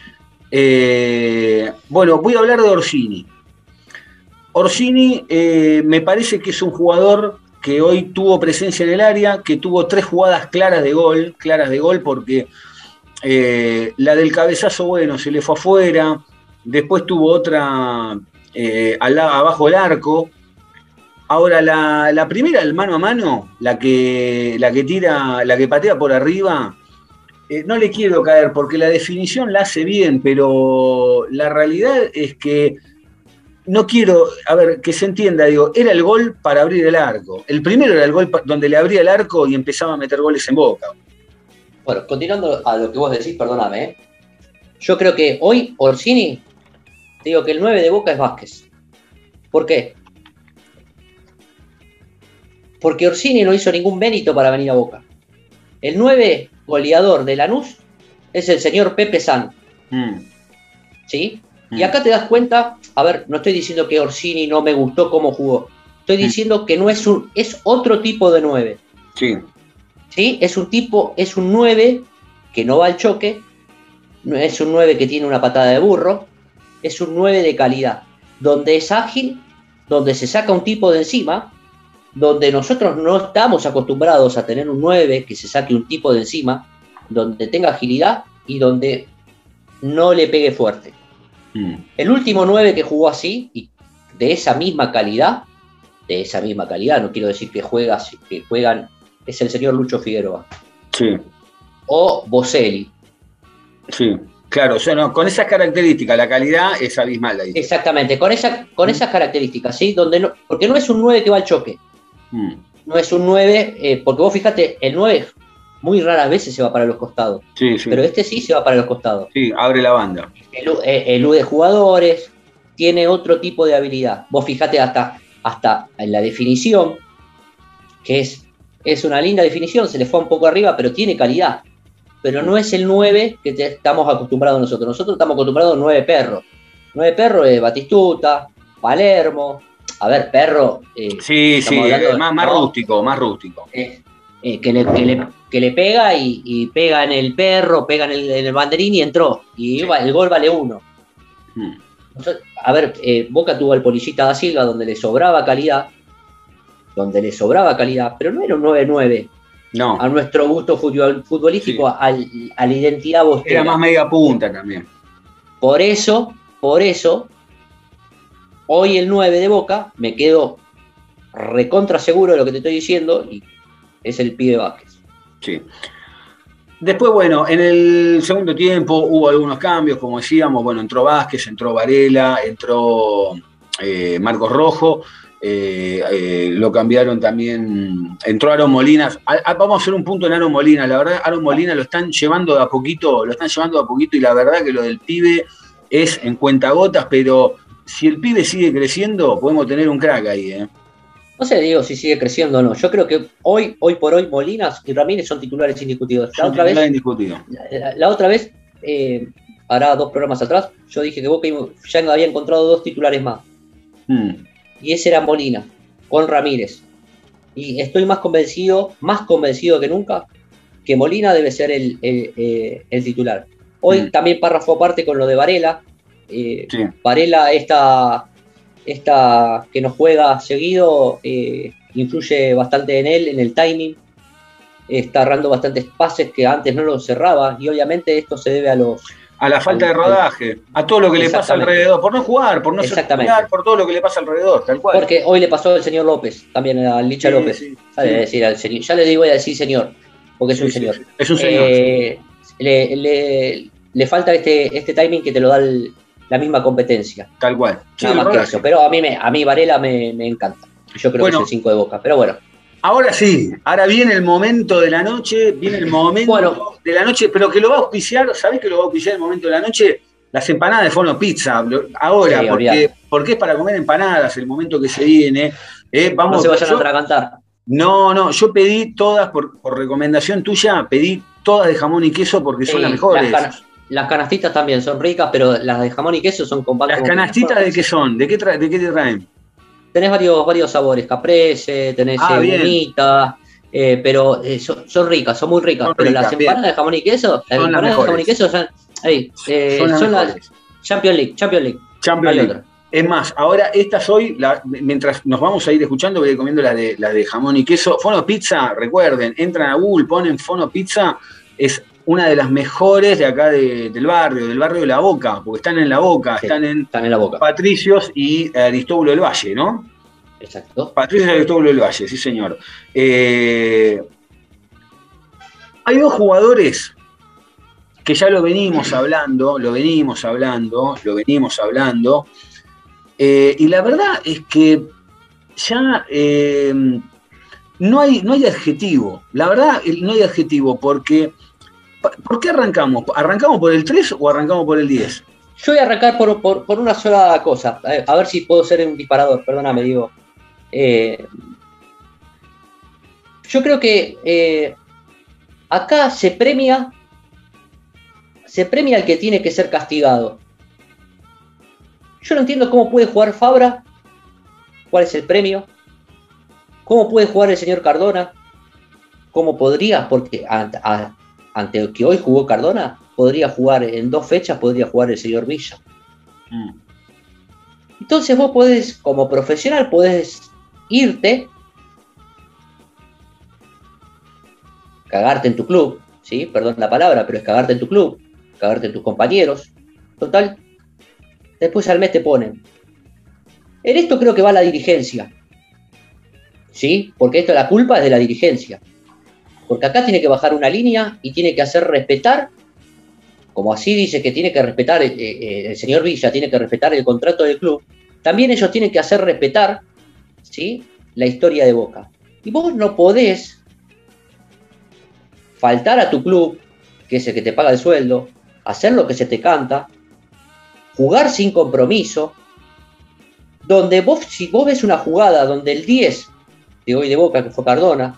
Eh, bueno, voy a hablar de Orsini. Orsini eh, me parece que es un jugador que hoy tuvo presencia en el área, que tuvo tres jugadas claras de gol, claras de gol porque eh, la del cabezazo, bueno, se le fue afuera, después tuvo otra eh, al, abajo del arco. Ahora, la, la primera, el mano a mano, la que, la que tira, la que patea por arriba, eh, no le quiero caer porque la definición la hace bien, pero la realidad es que no quiero, a ver, que se entienda, digo, era el gol para abrir el arco. El primero era el gol donde le abría el arco y empezaba a meter goles en Boca. Bueno, continuando a lo que vos decís, perdóname, ¿eh? Yo creo que hoy Orsini, te digo que el nueve de Boca es Vázquez. ¿Por qué? Porque Orsini no hizo ningún mérito para venir a Boca. El nueve goleador de Lanús es el señor Pepe San. Mm. ¿Sí? Mm. Y acá te das cuenta, a ver, no estoy diciendo que Orsini no me gustó cómo jugó. Estoy diciendo mm. que no es un, es otro tipo de nueve. Sí. ¿Sí? Es un tipo, es un nueve que no va al choque, no es un nueve que tiene una patada de burro, es un nueve de calidad, donde es ágil, donde se saca un tipo de encima, donde nosotros no estamos acostumbrados a tener un nueve que se saque un tipo de encima, donde tenga agilidad y donde no le pegue fuerte. Mm. El último nueve que jugó así, y de esa misma calidad, de esa misma calidad, no quiero decir que, juega, que juegan, es el señor Lucho Figueroa. Sí. O Boselli. Sí, claro, o sea, no, con esas características, la calidad es abismal ahí. Exactamente, con, esa, con mm. esas características, ¿sí? Donde no, porque no es un nueve que va al choque. Mm. No es un nueve, eh, porque vos fíjate, el nueve muy raras veces se va para los costados. Sí, sí. Pero este sí se va para los costados. Sí, abre la banda. Elude jugadores, tiene otro tipo de habilidad. Vos fíjate hasta, hasta en la definición, que es, es una linda definición, se le fue un poco arriba, pero tiene calidad. Pero no es el nueve que te, estamos acostumbrados nosotros. Nosotros estamos acostumbrados a nueve perros. nueve perros es Batistuta, Palermo. A ver, Perro. Eh, sí, sí, de, más, más ¿no? rústico, más rústico. Eh, eh, que, le, que, le, que le pega y, y pega en el perro, pega en el, en el banderín y entró. Y sí. El gol vale uno. Hmm. A ver, eh, Boca tuvo al Polillita da Silva donde le sobraba calidad. Donde le sobraba calidad, pero no era un nueve nueve. No. A nuestro gusto futbol, futbolístico, sí. al, a la identidad bostera. Era más media punta también. Por eso, por eso. Hoy el nueve de Boca, me quedo recontra seguro de lo que te estoy diciendo, y es el pibe Vázquez. Sí. Después, bueno, en el segundo tiempo hubo algunos cambios, como decíamos, bueno, entró Vázquez, entró Varela, entró eh, Marcos Rojo, eh, eh, lo cambiaron también, entró Aaron Molina. A, a, vamos a hacer un punto en Aaron Molina, la verdad, Aaron Molina lo están llevando de a poquito, lo están llevando de a poquito, y la verdad que lo del pibe es en cuentagotas, pero si el pibe sigue creciendo, podemos tener un crack ahí, ¿eh? No sé, digo, si sigue creciendo o no. Yo creo que hoy, hoy por hoy, Molinas y Ramírez son titulares indiscutidos. La, otra vez, la, la otra vez, eh, hará dos programas atrás, yo dije que Boca ya había encontrado dos titulares más. Hmm. Y ese era Molina, con Ramírez. Y estoy más convencido, más convencido que nunca, que Molina debe ser el, el, el, el titular. Hoy hmm. también párrafo aparte con lo de Varela. Eh, sí. Varela, esta, esta que nos juega seguido, eh, influye bastante en él, en el timing, está errando bastantes pases que antes no los cerraba, y obviamente esto se debe a los a la falta al, de rodaje, a todo lo que le pasa alrededor, por no jugar, por no ser titular, por todo lo que le pasa alrededor, tal cual. Porque hoy le pasó al señor López, también al Licha sí, López, sí, sí. Decir al señor, ya le digo, voy a decir señor, porque es sí, un señor. Sí, sí. Es un señor. Eh, le, le, le falta este, este timing que te lo da el la misma competencia. Tal cual. Sí, Nada más que eso. Pero a mí, me, a mí Varela me, me encanta. Yo creo bueno, que es el cinco de Boca, pero bueno. Ahora sí, ahora viene el momento de la noche, viene el momento bueno, de la noche, pero que lo va a auspiciar, ¿sabés que lo va a auspiciar el momento de la noche? Las empanadas de Fono Pizza. Ahora, sí, porque, porque es para comer empanadas el momento que se viene. Eh, vamos, no se vayan yo, a atragantar. No, no, yo pedí todas, por, por recomendación tuya, pedí todas de jamón y queso porque sí, son las mejores. Las, can las canastitas también son ricas, pero las de jamón y queso son compactas. ¿Las canastitas de qué son? ¿De qué, ¿De qué te traen? Tenés varios, varios sabores, caprese, tenés ah, bonita, eh, pero eh, son, son ricas, son muy ricas. Son pero ricas, las empanadas bien. de jamón y queso, las son empanadas de jamón y queso son, hey, eh, son, las, son las Champions League, Champions League. Champions League. Es más, ahora estas hoy, la, mientras nos vamos a ir escuchando, voy a ir comiendo las de, las de jamón y queso. Fono Pizza, recuerden, entran a Google, ponen Fono Pizza, es una de las mejores de acá de, del barrio, del barrio de La Boca, porque están en La Boca, sí, están, en están en La Boca. Patricios y Aristóbulo del Valle, ¿no? Exacto. Patricios y Aristóbulo del Valle, sí señor. Eh, hay dos jugadores que ya lo venimos hablando, lo venimos hablando, lo venimos hablando, eh, y la verdad es que ya eh, no, hay, no hay adjetivo, la verdad no hay adjetivo, porque ¿por qué arrancamos? ¿Arrancamos por el tres o arrancamos por el diez? Yo voy a arrancar por, por, por una sola cosa, a ver si puedo ser un disparador, perdóname, digo. Eh, yo creo que eh, acá se premia se premia al que tiene que ser castigado. Yo no entiendo cómo puede jugar Fabra, cuál es el premio, cómo puede jugar el señor Cardona, cómo podría, porque ante, ante el que hoy jugó Cardona, podría jugar en dos fechas, podría jugar el señor Villa. Mm. Entonces vos podés, como profesional, podés irte, cagarte en tu club, ¿sí? Perdón la palabra, pero es cagarte en tu club, cagarte en tus compañeros. Total, después al mes te ponen. En esto creo que va la dirigencia, ¿sí? Porque esto, la culpa es de la dirigencia. Porque acá tiene que bajar una línea y tiene que hacer respetar, como así dice que tiene que respetar, eh, eh, el señor Villa tiene que respetar el contrato del club, también ellos tienen que hacer respetar, ¿sí?, la historia de Boca. Y vos no podés faltar a tu club, que es el que te paga el sueldo, hacer lo que se te canta, jugar sin compromiso, donde vos, si vos ves una jugada donde el diez de hoy de Boca, que fue Cardona,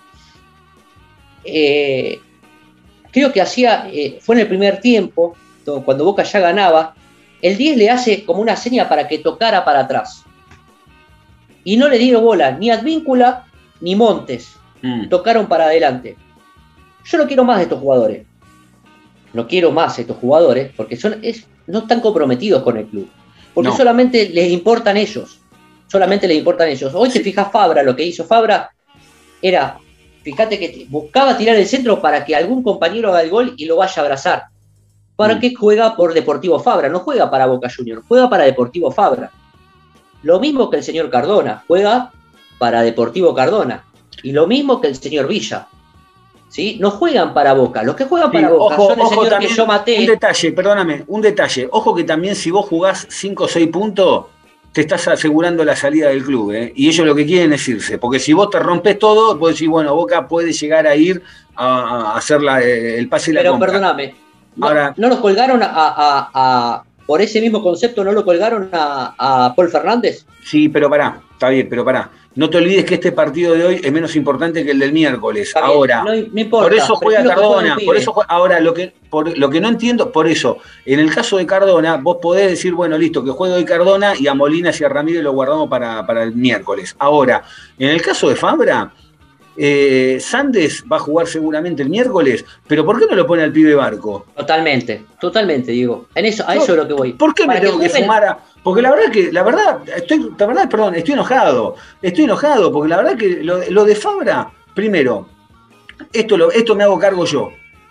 eh, creo que hacía, eh, fue en el primer tiempo, cuando Boca ya ganaba, el diez le hace como una seña para que tocara para atrás. Y no le dieron bola, ni Advíncula ni Montes. Mm. Tocaron para adelante. Yo no quiero más de estos jugadores. No quiero más de estos jugadores porque son, es, no están comprometidos con el club. Porque no. solamente les importan ellos. Solamente les importan ellos. Hoy te fijas Fabra, lo que hizo Fabra era, fíjate que buscaba tirar el centro para que algún compañero haga el gol y lo vaya a abrazar. ¿Para mm. qué juega por Deportivo Fabra? No juega para Boca Juniors, juega para Deportivo Fabra. Lo mismo que el señor Cardona, juega para Deportivo Cardona. Y lo mismo que el señor Villa. ¿Sí? No juegan para Boca. Los que juegan sí, para Boca ojo, son el ojo, señor también, que yo maté. Un detalle, perdóname, un detalle. Ojo que también si vos jugás cinco o seis puntos, te estás asegurando la salida del club, ¿eh? Y ellos lo que quieren es irse. Porque si vos te rompes todo, podés decir, bueno, Boca puede llegar a ir a, a hacer la, el pase y la Pero compra. perdóname, no, Ahora, ¿no los colgaron a... a, a por ese mismo concepto no lo colgaron a, a Paul Fernández? Sí, pero pará, está bien, pero pará. No te olvides que este partido de hoy es menos importante que el del miércoles. Bien, ahora, no, no importa, por eso juega Cardona, por eso juega, ahora lo que, por, lo que no entiendo, por eso, en el caso de Cardona, vos podés decir, bueno, listo, que juegue hoy Cardona y a Molinas y a Ramírez lo guardamos para, para el miércoles. Ahora, en el caso de Fabra, Eh, Sandes va a jugar seguramente el miércoles, pero ¿por qué no lo pone al pibe Barco? Totalmente, totalmente, Diego. En eso, a Yo, eso es lo que voy. ¿Por qué Para me tengo que, que sumar a.? Porque la verdad que, la verdad, estoy, la verdad, perdón, estoy enojado. Estoy enojado, porque la verdad que lo, lo de Fabra, primero, esto, lo, esto me hago cargo yo.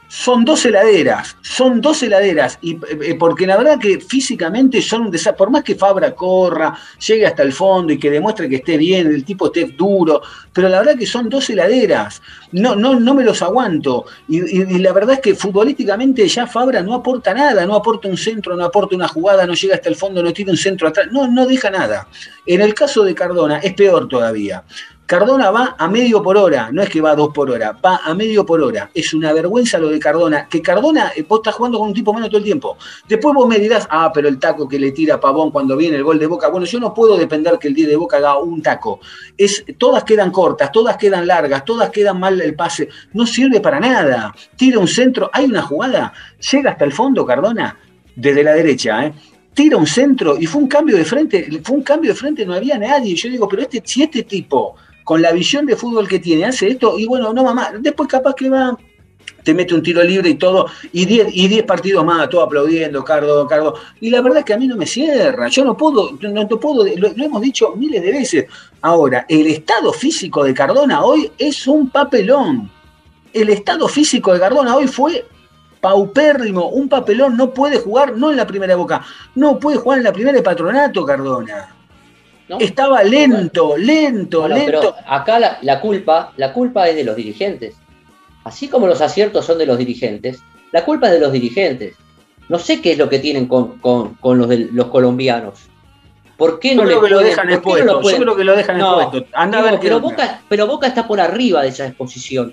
Son dos heladeras, son dos heladeras, y eh, porque la verdad que físicamente son un desastre, por más que Fabra corra, llegue hasta el fondo y que demuestre que esté bien, el tipo esté duro, pero la verdad que son dos heladeras, no, no, no me los aguanto, y, y, y la verdad es que futbolísticamente ya Fabra no aporta nada, no aporta un centro, no aporta una jugada, no llega hasta el fondo, no tira un centro atrás, no, no deja nada. En el caso de Cardona es peor todavía. Cardona va a medio por hora, no es que va a dos por hora, va a medio por hora. Es una vergüenza lo de Cardona, que Cardona, vos estás jugando con un tipo menos todo el tiempo. Después vos me dirás, ah, pero el taco que le tira Pavón cuando viene el gol de Boca. Bueno, yo no puedo depender que el diez de Boca haga un taco. Es, todas quedan cortas, todas quedan largas, todas quedan mal el pase. No sirve para nada. Tira un centro, hay una jugada, llega hasta el fondo Cardona, desde la derecha, ¿eh? Tira un centro y fue un cambio de frente, fue un cambio de frente, no había nadie. Yo digo, pero este, si este tipo, con la visión de fútbol que tiene, hace esto, y bueno, no mamá, después capaz que va, te mete un tiro libre y todo, y diez y diez partidos más, todo aplaudiendo, Cardo, Cardo, y la verdad es que a mí no me cierra, yo no puedo, no, no puedo, lo, lo hemos dicho miles de veces. Ahora, el estado físico de Cardona hoy es un papelón, el estado físico de Cardona hoy fue paupérrimo, un papelón, no puede jugar, no en la primera de Boca, no puede jugar en la primera de Patronato, Cardona. ¿No? Estaba lento, bueno, lento, bueno, lento. Pero acá la, la culpa, la culpa es de los dirigentes. Así como los aciertos son de los dirigentes, la culpa es de los dirigentes. No sé qué es lo que tienen con, con, con los, de, los colombianos. ¿Por qué no Yo le creo que pueden, lo dejan expuesto. No Yo creo que lo dejan no, expuesto. Anda digo, a ver pero, Boca, pero Boca está por arriba de esa exposición.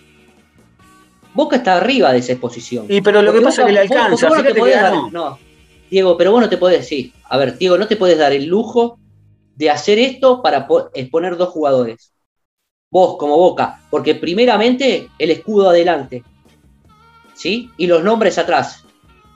Boca está arriba de esa exposición. Y pero lo porque que pasa es que le alcanza. Vos, vos no, te podés dar, no, Diego, pero vos no te podés decir. A ver, Diego, no te podés dar el lujo de hacer esto para exponer dos jugadores. Vos, como Boca, porque primeramente el escudo adelante, ¿sí? Y los nombres atrás.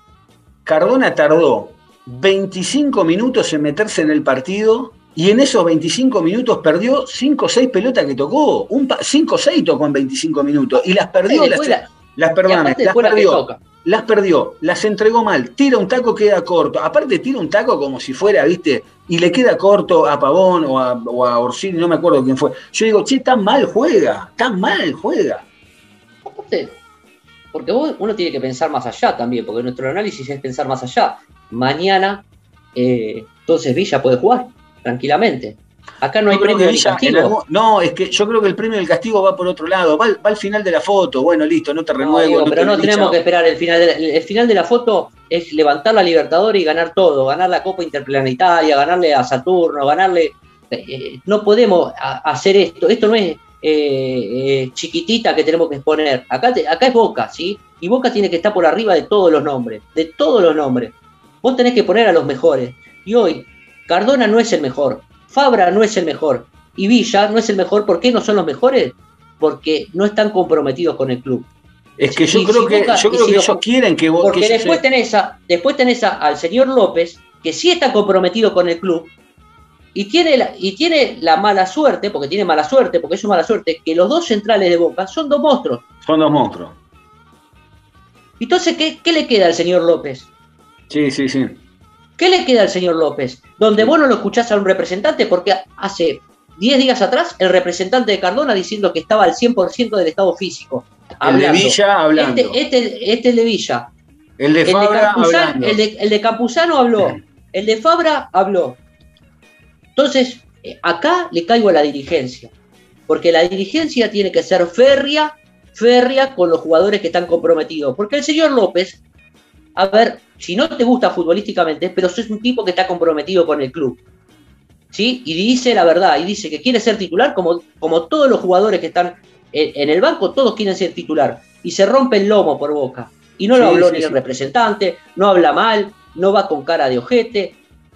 Cardona tardó veinticinco minutos en meterse en el partido y en esos veinticinco minutos perdió cinco o seis pelotas que tocó. cinco o seis tocó en veinticinco minutos y las perdió. Sí, las, la, las, perdóname, las perdió. La las perdió, las entregó mal, tira un taco, queda corto. Aparte tira un taco como si fuera, viste, y le queda corto a Pavón o a, o a Orsini, no me acuerdo quién fue. Yo digo, che, tan mal juega, tan mal juega. Aparte, porque vos, uno tiene que pensar más allá también, porque nuestro análisis es pensar más allá. Mañana, eh, entonces Villa puede jugar tranquilamente. Acá no hay premio ni castigo. Algún, no, es que yo creo que el premio del castigo va por otro lado, va, va al final de la foto, bueno, listo, no te renuevo. No, digo, no pero no tenemos chao. que esperar el final, de la, el final de la foto es levantar la Libertadores y ganar todo, ganar la Copa Interplanetaria, ganarle a Saturno, ganarle... Eh, no podemos a, hacer esto, esto no es eh, eh, chiquitita que tenemos que exponer, acá, te, acá es Boca, ¿sí? Y Boca tiene que estar por arriba de todos los nombres, de todos los nombres. Vos tenés que poner a los mejores, y hoy Cardona no es el mejor, Fabra no es el mejor y Villa no es el mejor. ¿Por qué no son los mejores? Porque no están comprometidos con el club. Es que yo y creo si que, Boca, yo creo si que lo, ellos quieren que vos... Porque que después, se... tenés a, después tenés a, al señor López, que sí está comprometido con el club, y tiene, la, y tiene la mala suerte, porque tiene mala suerte, porque es una mala suerte, que los dos centrales de Boca son dos monstruos. Son dos monstruos. Entonces, ¿qué, qué le queda al señor López? Sí, sí, sí. ¿Qué le queda al señor López? Donde sí. Vos no lo escuchás a un representante, porque hace diez días atrás el representante de Cardona diciendo que estaba al cien por ciento del estado físico. Hablando. El de Villa hablando. Este, este, este es de Villa. El de Fabra el de hablando. El de, el de Campuzano habló. Sí. El de Fabra habló. Entonces, acá le caigo a la dirigencia. Porque la dirigencia tiene que ser férrea, férrea con los jugadores que están comprometidos. Porque el señor López... A ver, si no te gusta futbolísticamente, pero sos un tipo que está comprometido con el club, ¿sí? Y dice la verdad, y dice que quiere ser titular, como, como todos los jugadores que están en, en el banco, todos quieren ser titular, y se rompe el lomo por Boca. Y no sí, lo habló sí, ni sí. el representante, no habla mal, no va con cara de ojete,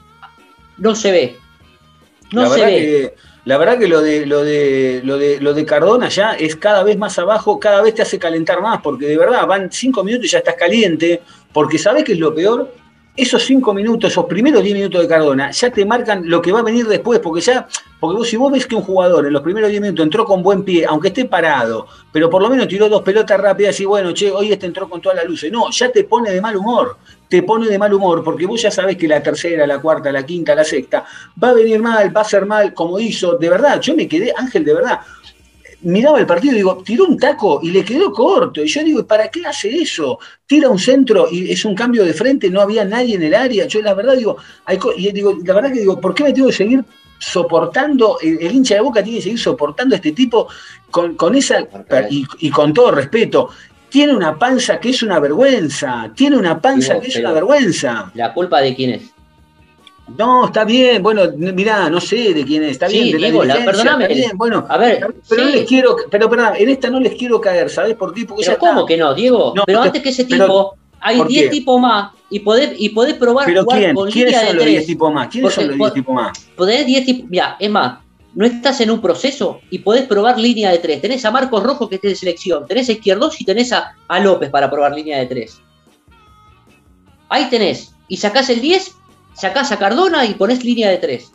no se ve, no la se verdad ve. Que, la verdad que lo de, lo, de, lo, de, lo de Cardona ya es cada vez más abajo, cada vez te hace calentar más, porque de verdad van cinco minutos y ya estás caliente. Porque ¿sabés qué es lo peor? Esos cinco minutos, esos primeros diez minutos de Cardona, ya te marcan lo que va a venir después, porque ya, porque vos si vos ves que un jugador en los primeros diez minutos entró con buen pie, aunque esté parado, pero por lo menos tiró dos pelotas rápidas y bueno, che, hoy este entró con todas las luces. No, ya te pone de mal humor, te pone de mal humor, porque vos ya sabés que la tercera, la cuarta, la quinta, la sexta, va a venir mal, va a ser mal, como hizo, de verdad, yo me quedé, Ángel, de verdad, miraba el partido y digo, tiró un taco y le quedó corto. Y yo digo, ¿para qué hace eso? Tira un centro y es un cambio de frente, no había nadie en el área. Yo la verdad digo, hay, y digo la verdad que digo, ¿por qué me tengo que seguir soportando? El, el hincha de Boca tiene que seguir soportando a este tipo con, con esa, y, y con todo respeto. Tiene una panza que es una vergüenza, tiene una panza digo, que es una vergüenza. ¿La culpa de quién es? No, está bien, bueno, mirá, no sé de quién es, está sí, bien, de Diego, la la, perdóname. Está bien, bueno, a ver, pero sí. no les quiero, pero perdón, en esta no les quiero caer, ¿sabés por qué? Porque pero ya ¿cómo está. que no, Diego? No, pero te, antes que ese pero, tipo, hay diez tipos más y podés, y podés probar ¿pero jugar quién? con ¿Quiénes línea son de los tres. diez tipos más? ¿Quiénes Porque, son los diez tipos más? Podés diez tipos, mira, es más, no estás en un proceso y podés probar línea de tres. Tenés a Marcos Rojo que esté de selección, tenés a Izquierdos y tenés a, a López para probar línea de tres. Ahí tenés, y sacás el diez, sacás a Cardona y ponés línea de tres.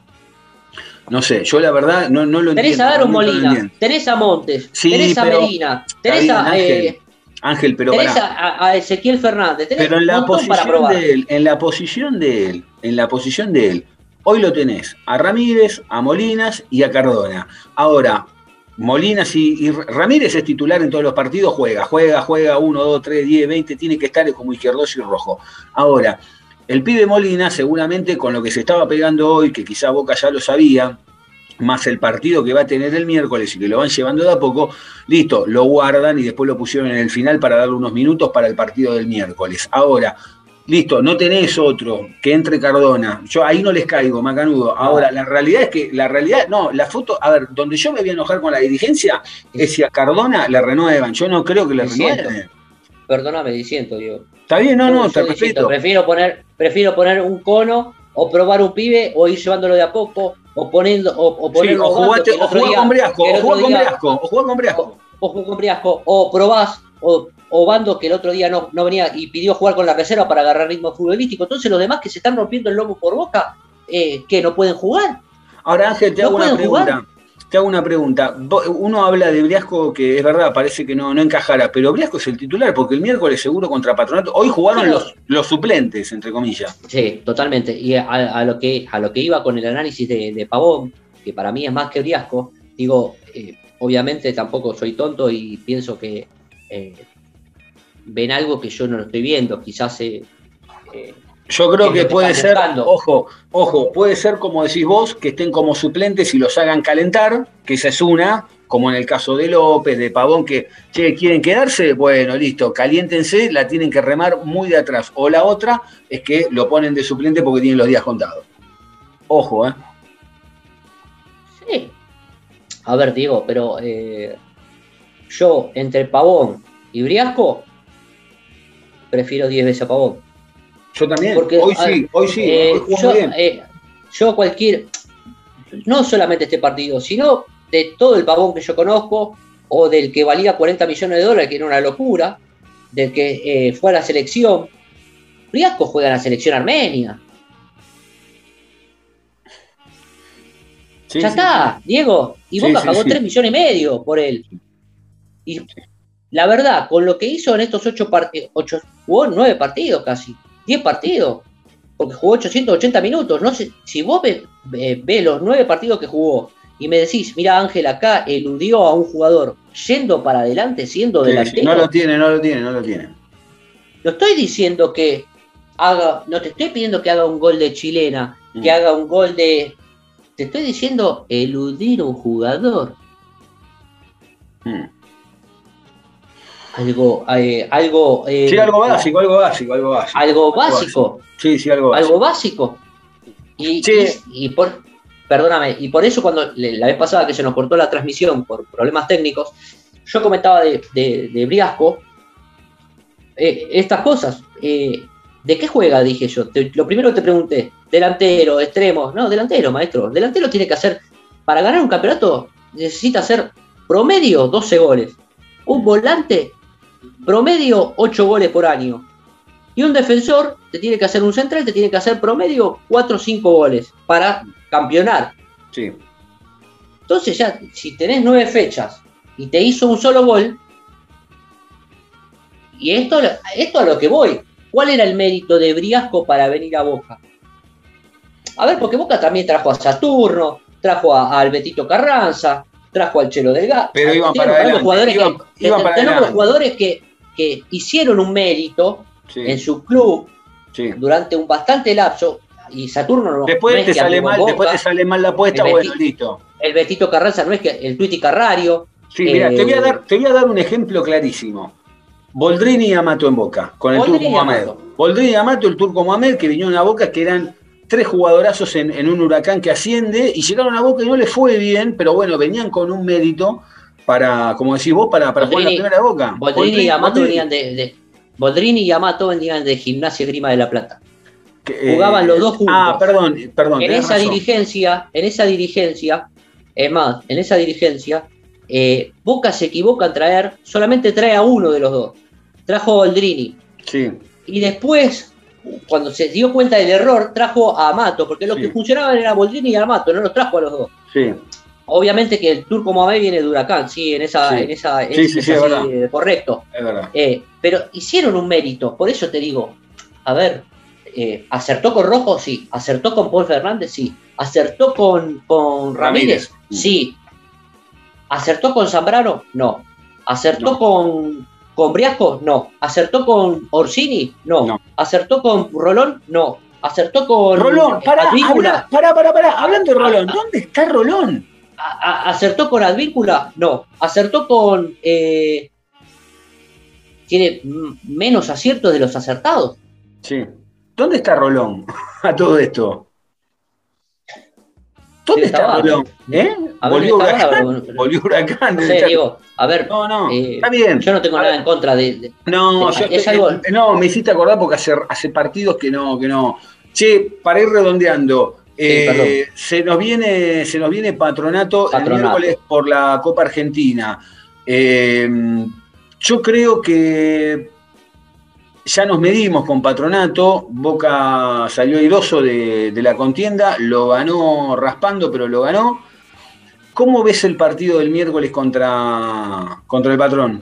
No sé, yo la verdad no, no lo tenés entiendo. Tenés a Aaron no Molina, no tenés a Montes, sí, tenés a pero, Medina, tenés bien, a, Ángel, eh, Ángel, pero tenés pará. a, a Ezequiel Fernández, tenés pero en la un montón para posición probar. de él, en la posición de él, en la posición de él, hoy lo tenés a Ramírez, a Molinas y a Cardona. Ahora, Molinas y, y Ramírez es titular en todos los partidos, juega, juega, juega, uno, dos, tres, diez, veinte, tiene que estar como Izquierdos y Rojo. Ahora, el pibe Molina, seguramente con lo que se estaba pegando hoy, que quizá Boca ya lo sabía, más el partido que va a tener el miércoles y que lo van llevando de a poco, listo, lo guardan y después lo pusieron en el final para darle unos minutos para el partido del miércoles. Ahora, listo, no tenés otro que entre Cardona. Yo ahí no les caigo, macanudo. Ahora, no. la realidad es que, la realidad, no, la foto, a ver, donde yo me voy a enojar con la dirigencia es si a Cardona le renuevan. Yo no creo que le renueven. Perdóname, diciendo, digo. Está bien, no, yo, no, yo te diciendo, respeto. Prefiero poner, prefiero poner un cono o probar un pibe o ir llevándolo de a poco o poniendo o, o ponerlo sí, o jugaste, o jugar con Briasco, o jugar con Briasco, o jugar con Briasco. O jugar con Briasco, o probás, o, o Bando que el otro día no, no venía y pidió jugar con la reserva para agarrar ritmo futbolístico. Entonces los demás que se están rompiendo el lomo por Boca, eh, ¿qué? ¿No pueden jugar? Ahora, Ángel, te ¿No hago una pregunta. Jugar? Te hago una pregunta. Uno habla de Briasco, que es verdad, parece que no, no encajara, pero Briasco es el titular, porque el miércoles seguro contra Patronato. Hoy jugaron sí, los, los suplentes, entre comillas. Sí, totalmente. Y a, a, lo, que, a lo que iba con el análisis de, de Pavón, que para mí es más que Briasco, digo, eh, obviamente tampoco soy tonto y pienso que eh, ven algo que yo no lo estoy viendo. Quizás... Eh, eh, Yo creo que puede ser, ojo, ojo, puede ser como decís vos, que estén como suplentes y los hagan calentar, que esa es una, como en el caso de López, de Pavón, que, che, ¿quieren quedarse? Bueno, listo, caliéntense, la tienen que remar muy de atrás. O la otra es que lo ponen de suplente porque tienen los días contados. Ojo, ¿eh? Sí. A ver, Diego, pero eh, yo, entre Pavón y Briasco, prefiero diez veces a Pavón. Yo también, porque, hoy sí, hoy sí, eh, hoy yo, bien. Eh, yo cualquier, no solamente este partido, sino de todo el Pavón que yo conozco, o del que valía cuarenta millones de dólares, que era una locura, del que eh, fue a la selección. Briasco juega en la selección armenia. Sí, ya sí, está, sí. Diego, y Boca sí, pagó sí, tres millones y medio por él. Y la verdad, con lo que hizo en estos ocho partidos, ocho, jugó nueve partidos casi. diez partidos, porque jugó ochocientos ochenta minutos. No sé, si vos ves ve, ve los nueve partidos que jugó y me decís, mira Ángel, acá eludió a un jugador yendo para adelante, siendo sí, delantero. Sí, no lo tiene, no lo tiene, no lo tiene. No estoy diciendo que haga, no te estoy pidiendo que haga un gol de chilena, mm. que haga un gol de... Te estoy diciendo eludir a un jugador. Mm. Algo, eh, algo... Eh, sí, algo básico, algo básico, algo básico. Algo básico. Sí, sí, algo básico. Algo básico. Y, sí. y, y por, perdóname, y por eso cuando la vez pasada que se nos cortó la transmisión por problemas técnicos, yo comentaba de, de, de Briasco eh, estas cosas. Eh, ¿De qué juega? Dije yo. Te, lo primero que te pregunté, delantero, extremo. No, delantero, maestro. Delantero tiene que hacer, para ganar un campeonato, necesita hacer promedio doce goles. Un volante... promedio ocho goles por año. Y un defensor te tiene que hacer un central, te tiene que hacer promedio cuatro o cinco goles para campeonar. Sí. Entonces ya, si tenés nueve fechas y te hizo un solo gol, y esto, esto a lo que voy, ¿cuál era el mérito de Briasco para venir a Boca? A ver, porque Boca también trajo a Saturno, trajo a, a Albetito Carranza, trajo al Chelo Delgado. Pero iban para adelante. Jugadores iban, que, iban para tenemos adelante. jugadores que, que hicieron un mérito Sí. en su club Sí. durante un bastante lapso, y Saturno no Después no es te que sale anduvo en mal, Boca. después te sale mal la apuesta, El bueno, Beti- listo. El Betito Carranza no es que el Tuiti Carrario. Sí, mira, eh, te voy a dar, te voy a dar un ejemplo clarísimo. Boldrini y Amato en Boca, con el Boldrini Turco y Mohamed. Amato. Boldrini y Amato, el Turco Mohamed, que vinieron a Boca, que eran tres jugadorazos en, en un Huracán que asciende, y llegaron a Boca y no les fue bien, pero bueno, venían con un mérito para, como decís vos, para, para jugar en la Boldrini, primera de Boca. Boldrini y Amato Boldrini, venían de, de Boldrini y Amato venían de Gimnasia y Grima de la Plata. que, Jugaban eh, los dos juntos. Ah, perdón, perdón. En tenés esa razón. dirigencia, en esa dirigencia, es más, en esa dirigencia, eh, Boca se equivoca en traer, solamente trae a uno de los dos. Trajo a Boldrini. Sí, Y después, cuando se dio cuenta del error, trajo a Amato, porque los Sí. que funcionaban era Boldrini y Amato, no los trajo a los dos. sí. Obviamente que el Turco Mohamed viene de Huracán, sí, en esa, Sí. en esa, Sí, es, sí, es sí, es así, verdad. eh, correcto. Es verdad. Eh, pero hicieron un mérito, por eso te digo, a ver, eh, ¿acertó con Rojo? Sí. ¿Acertó con Paul Fernández? Sí. ¿Acertó con, con Ramírez? Ramírez. Sí. ¿Acertó con Zambrano? No. ¿Acertó No. con, con Briasco? No. ¿Acertó con Orsini? No. No. ¿Acertó con Rolón? No. ¿Acertó con Rolón, pará, Advíncula? habla- pará, pará, pará. Hablando de Rolón, ¿dónde está Rolón? ¿A- a- ¿Acertó con Advíncula? No. ¿Acertó con... eh, tiene mm, menos aciertos de los acertados? Sí. ¿Dónde está Rolón a todo esto? ¿Dónde Sí, está está Rolón? ¿Eh? A ver, Volvió está Huracán. bárbaro. Volvió Huracán. No debe sé, estar- digo, a ver, No, no, eh, está bien. yo no tengo A nada ver, en contra de... de- No, de- yo es estoy- algo- no, me hiciste acordar porque hace, hace partidos que no, que no. Che, para ir redondeando, eh, perdón. se nos viene, se nos viene Patronato, el Patronato. miércoles por la Copa Argentina. Eh, yo creo que ya nos medimos con Patronato. Boca salió airoso de, de la contienda, lo ganó raspando, pero lo ganó. ¿Cómo ves el partido del miércoles contra, contra el Patrón?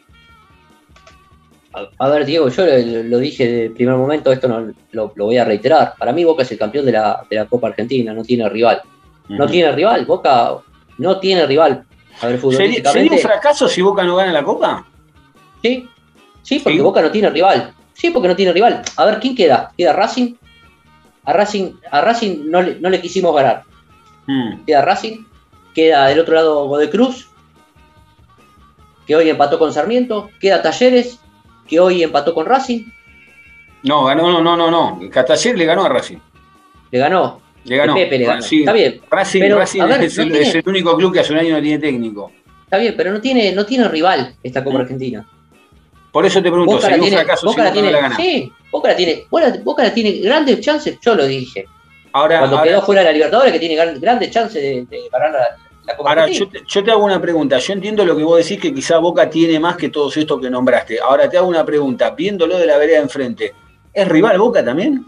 A, a ver, Diego, yo lo, lo dije de primer momento, esto no lo, lo voy a reiterar. Para mí Boca es el campeón de la, de la Copa Argentina, no tiene rival. No Ujú. tiene rival, Boca no tiene rival. A ver, ¿Sería, futbolísticamente... sería un fracaso si Boca no gana la Copa? Sí, sí, porque Sí. Boca no tiene rival. Sí, porque no tiene rival. A ver, ¿quién queda? ¿Queda Racing? A Racing, a Racing no, le, no le quisimos ganar. Mm. Queda Racing, queda del otro lado Godoy Cruz, que hoy empató con Sarmiento, queda Talleres, que hoy empató con Racing, No, ganó, no, no, no, no. Cataller le ganó a Racing. le ganó, Le ganó. Pepe le ganó. Sí. Está bien, Racing, pero, Racing a ver, es, no el, tiene- es el único club que hace un año no tiene técnico. está bien, pero no tiene, no tiene rival esta Copa Mm. Argentina. Por eso te pregunto, Boca la ¿sería un tiene, fracaso Boca si la Boca no tiene, la gana? sí, Boca la tiene, Boca, Boca la tiene grandes chances, yo lo dije. Ahora, Cuando ahora, quedó fuera de la Libertadores, que tiene gran- grandes chances de, de ganar la, la Copa ahora Argentina. yo, te, yo te hago una pregunta. Yo entiendo lo que vos decís, que quizá Boca tiene más que todos estos que nombraste. Ahora te hago una pregunta, viéndolo de la vereda enfrente. ¿Es rival Boca también?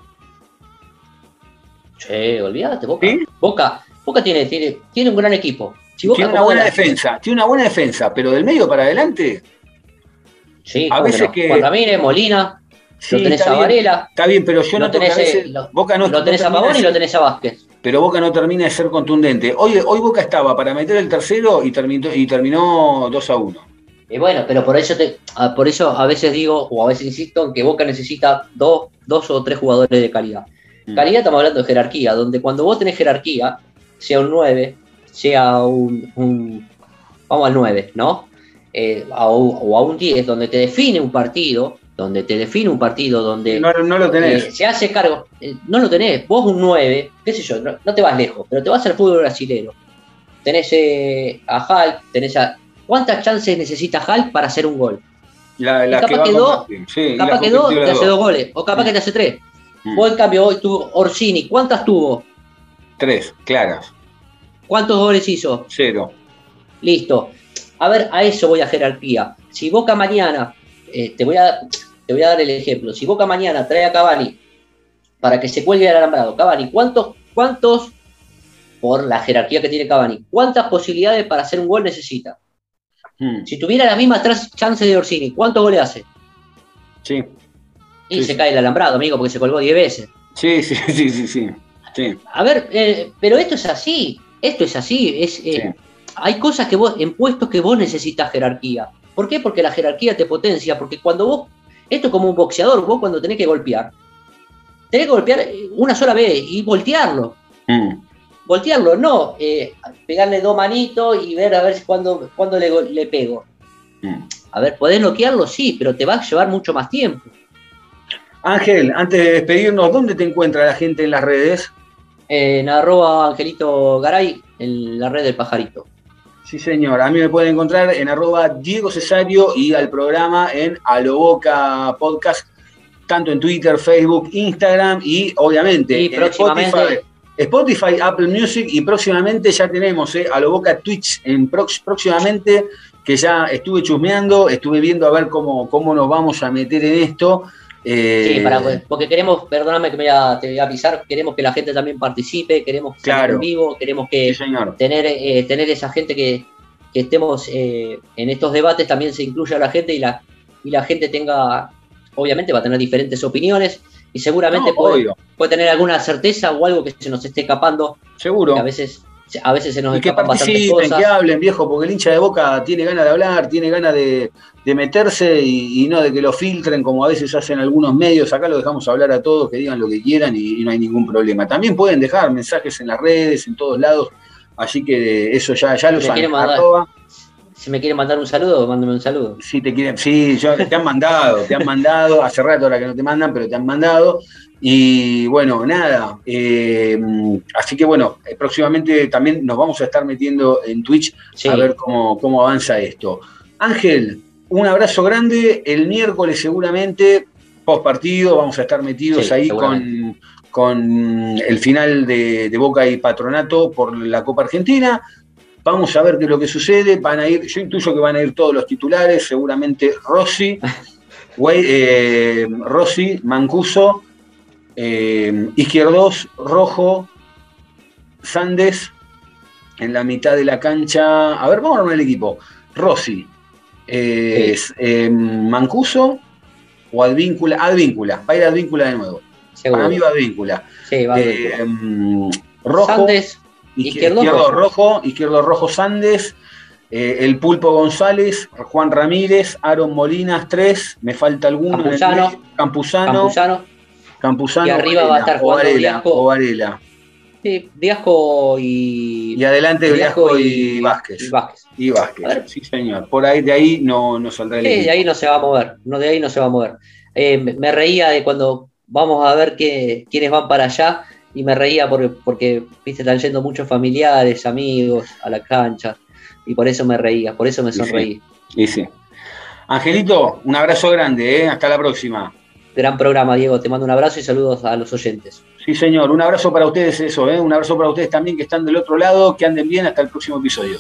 Che, olvídate, Boca. ¿Sí? Boca, Boca tiene, tiene, tiene un gran equipo. Si Boca Tiene una acomoda buena las- defensa, tiene una buena defensa, pero del medio para adelante. Sí, A cómo veces no. que- Juan Ramírez, Molina, Sí, lo tenés está a bien, Varela, Está bien, pero yo lo noto que tenés, a veces eh, lo- Boca no, lo tenés no a termina Pavón de y lo ser- tenés a Vázquez. pero Boca no termina de ser contundente. Hoy, hoy Boca estaba para meter el tercero y terminó, y terminó dos a uno. Y bueno, pero por eso te, ah, por eso a veces digo, o a veces insisto, en que Boca necesita dos, dos o tres jugadores de calidad. Mm. Calidad estamos hablando de jerarquía, donde cuando vos tenés jerarquía, sea un nueve, sea un, un- vamos al nueve, ¿no? Eh, a un- o a un diez, donde te define un partido, donde te define un partido, donde No, no lo tenés. eh, se hace cargo, eh, no lo tenés, vos un nueve, qué sé yo, no, no te vas lejos, pero te vas al fútbol brasilero. Tenés eh, a Hulk, tenés a... ¿Cuántas chances necesita Hulk para hacer un gol? La, y la capaz que va que a dos, competir. Sí, y Capaz la que dos competió te las hace dos. dos goles, o capaz Mm. que te hace tres. Mm. Vos en cambio hoy tuvo Orsini, ¿cuántas tuvo? Tres, claras. ¿Cuántos goles hizo? Cero. Listo. A ver, a eso voy a jerarquía. Si Boca mañana, eh, te, voy a, te voy a dar el ejemplo, si Boca mañana trae a Cavani para que se cuelgue el alambrado, Cavani, ¿cuántos, cuántos, por la jerarquía que tiene Cavani, cuántas posibilidades para hacer un gol necesita? Mm. Si tuviera la misma tras- chance de Orsini, ¿cuántos goles hace? Sí. Y Sí, se sí. cae el alambrado, amigo, porque se colgó diez veces. Sí, sí, sí, sí, sí. Sí. A ver, eh, pero esto es así, esto es así, es, eh, Sí. hay cosas que vos, en puestos que vos necesitas jerarquía. ¿Por qué? Porque la jerarquía te potencia, porque cuando vos, esto es como un boxeador, vos cuando tenés que golpear, tenés que golpear una sola vez y voltearlo. Mm. Voltearlo, no eh, pegarle dos manitos y ver a ver cuándo cuando le, le pego. Mm. A ver, podés noquearlo, sí, pero te va a llevar mucho más tiempo. Ángel, antes de despedirnos, ¿dónde te encuentra la gente en las redes? Eh, en arroba Angelito Garay, en la red del Pajarito. Sí, señor. A mí me pueden encontrar en arroba Diego Cesario y al programa en A Lo Boca Podcast, tanto en Twitter, Facebook, Instagram y obviamente y en Spotify, Spotify, Apple Music y próximamente ya tenemos eh, A Lo Boca Twitch en prox, próximamente, que ya estuve chusmeando, estuve viendo a ver cómo, cómo nos vamos a meter en esto. Eh, sí, para, porque queremos, perdóname que me voy a, te voy a avisar, queremos que la gente también participe, queremos que claro. en vivo, queremos que sí, tener, eh, tener esa gente que, que estemos eh, en estos debates, también se incluya a la gente y la, y la gente tenga, obviamente va a tener diferentes opiniones y seguramente no, puede, puede tener alguna certeza o algo que se nos esté escapando. Seguro. Que a veces, a veces se nos y escapan que bastantes cosas. Que hablen, viejo, porque el hincha de Boca tiene ganas de hablar, tiene ganas de, de meterse y, y no de que lo filtren como a veces hacen algunos medios. Acá lo dejamos hablar a todos, que digan lo que quieran y, y no hay ningún problema. También pueden dejar mensajes en las redes, en todos lados, así que eso ya, ya lo saben. Si me quieren mandar un saludo, mándame un saludo. Sí, te quieren, sí, yo, te han mandado, te han mandado, hace rato ahora que no te mandan, pero te han mandado. Y bueno, nada, eh, así que bueno, próximamente también nos vamos a estar metiendo en Twitch sí. a ver cómo, cómo avanza esto. Ángel, un abrazo grande, el miércoles seguramente, post partido, vamos a estar metidos sí, ahí con, con el final de, de Boca y Patronato por la Copa Argentina. Vamos a ver qué es lo que sucede, van a ir, yo intuyo que van a ir todos los titulares, seguramente Rossi, Wey, eh, Rossi, Mancuso, Eh, Izquierdos, Rojo, Sandes, en la mitad de la cancha. A ver, vamos a armar el equipo. Rossi, eh, sí. eh, Mancuso o Advíncula. Advíncula, va a ir Advíncula de nuevo. Seguro. Para mí va Advíncula. Sí, va eh, um, Rojo, Sandes, Izquierdo, izquierdo rojo. rojo, Izquierdo Rojo Sandes, eh, el Pulpo González, Juan Ramírez, Aaron Molinas, tres, me falta alguno. Campuzano. Campuzano. Campuzano. Campuzano, y arriba Varela, va a estar jugando Varela, Diasco. O Varela. Sí, Diasco y. Y adelante Diasco y, y Vázquez. Y Vázquez. Y Vázquez. Sí, señor. Por ahí, de ahí no, no saldrá el sí, equipo. de ahí no se va a mover. No, de ahí no se va a mover. Eh, me reía de cuando vamos a ver que, quiénes van para allá. Y me reía porque, porque, viste, están yendo muchos familiares, amigos a la cancha. Y por eso me reía, por eso me sonreí. Sí, sí. Angelito, un abrazo grande, ¿eh? Hasta la próxima. Gran programa, Diego. Te mando un abrazo y saludos a los oyentes. Sí, señor. Un abrazo para ustedes, eso, ¿eh? Un abrazo para ustedes también que están del otro lado. Que anden bien. Hasta el próximo episodio.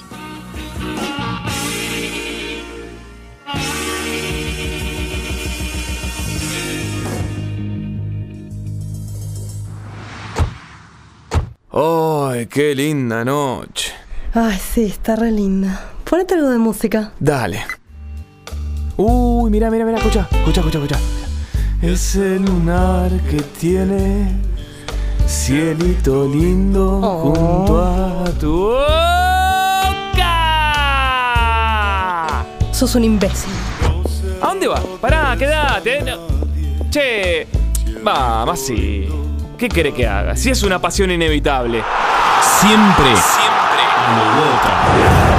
¡Ay, qué linda noche! Ay, sí, está re linda. Ponete algo de música. Dale. Uy, mira, mira, mira. Escucha, escucha, escucha, escucha. Ese lunar que tiene cielito lindo oh. junto a tu boca. Sos un imbécil. ¿A dónde vas? Pará, quédate. No. Che, vamos así. ¿Qué querés que haga? Si es una pasión inevitable. Siempre, siempre, Boca.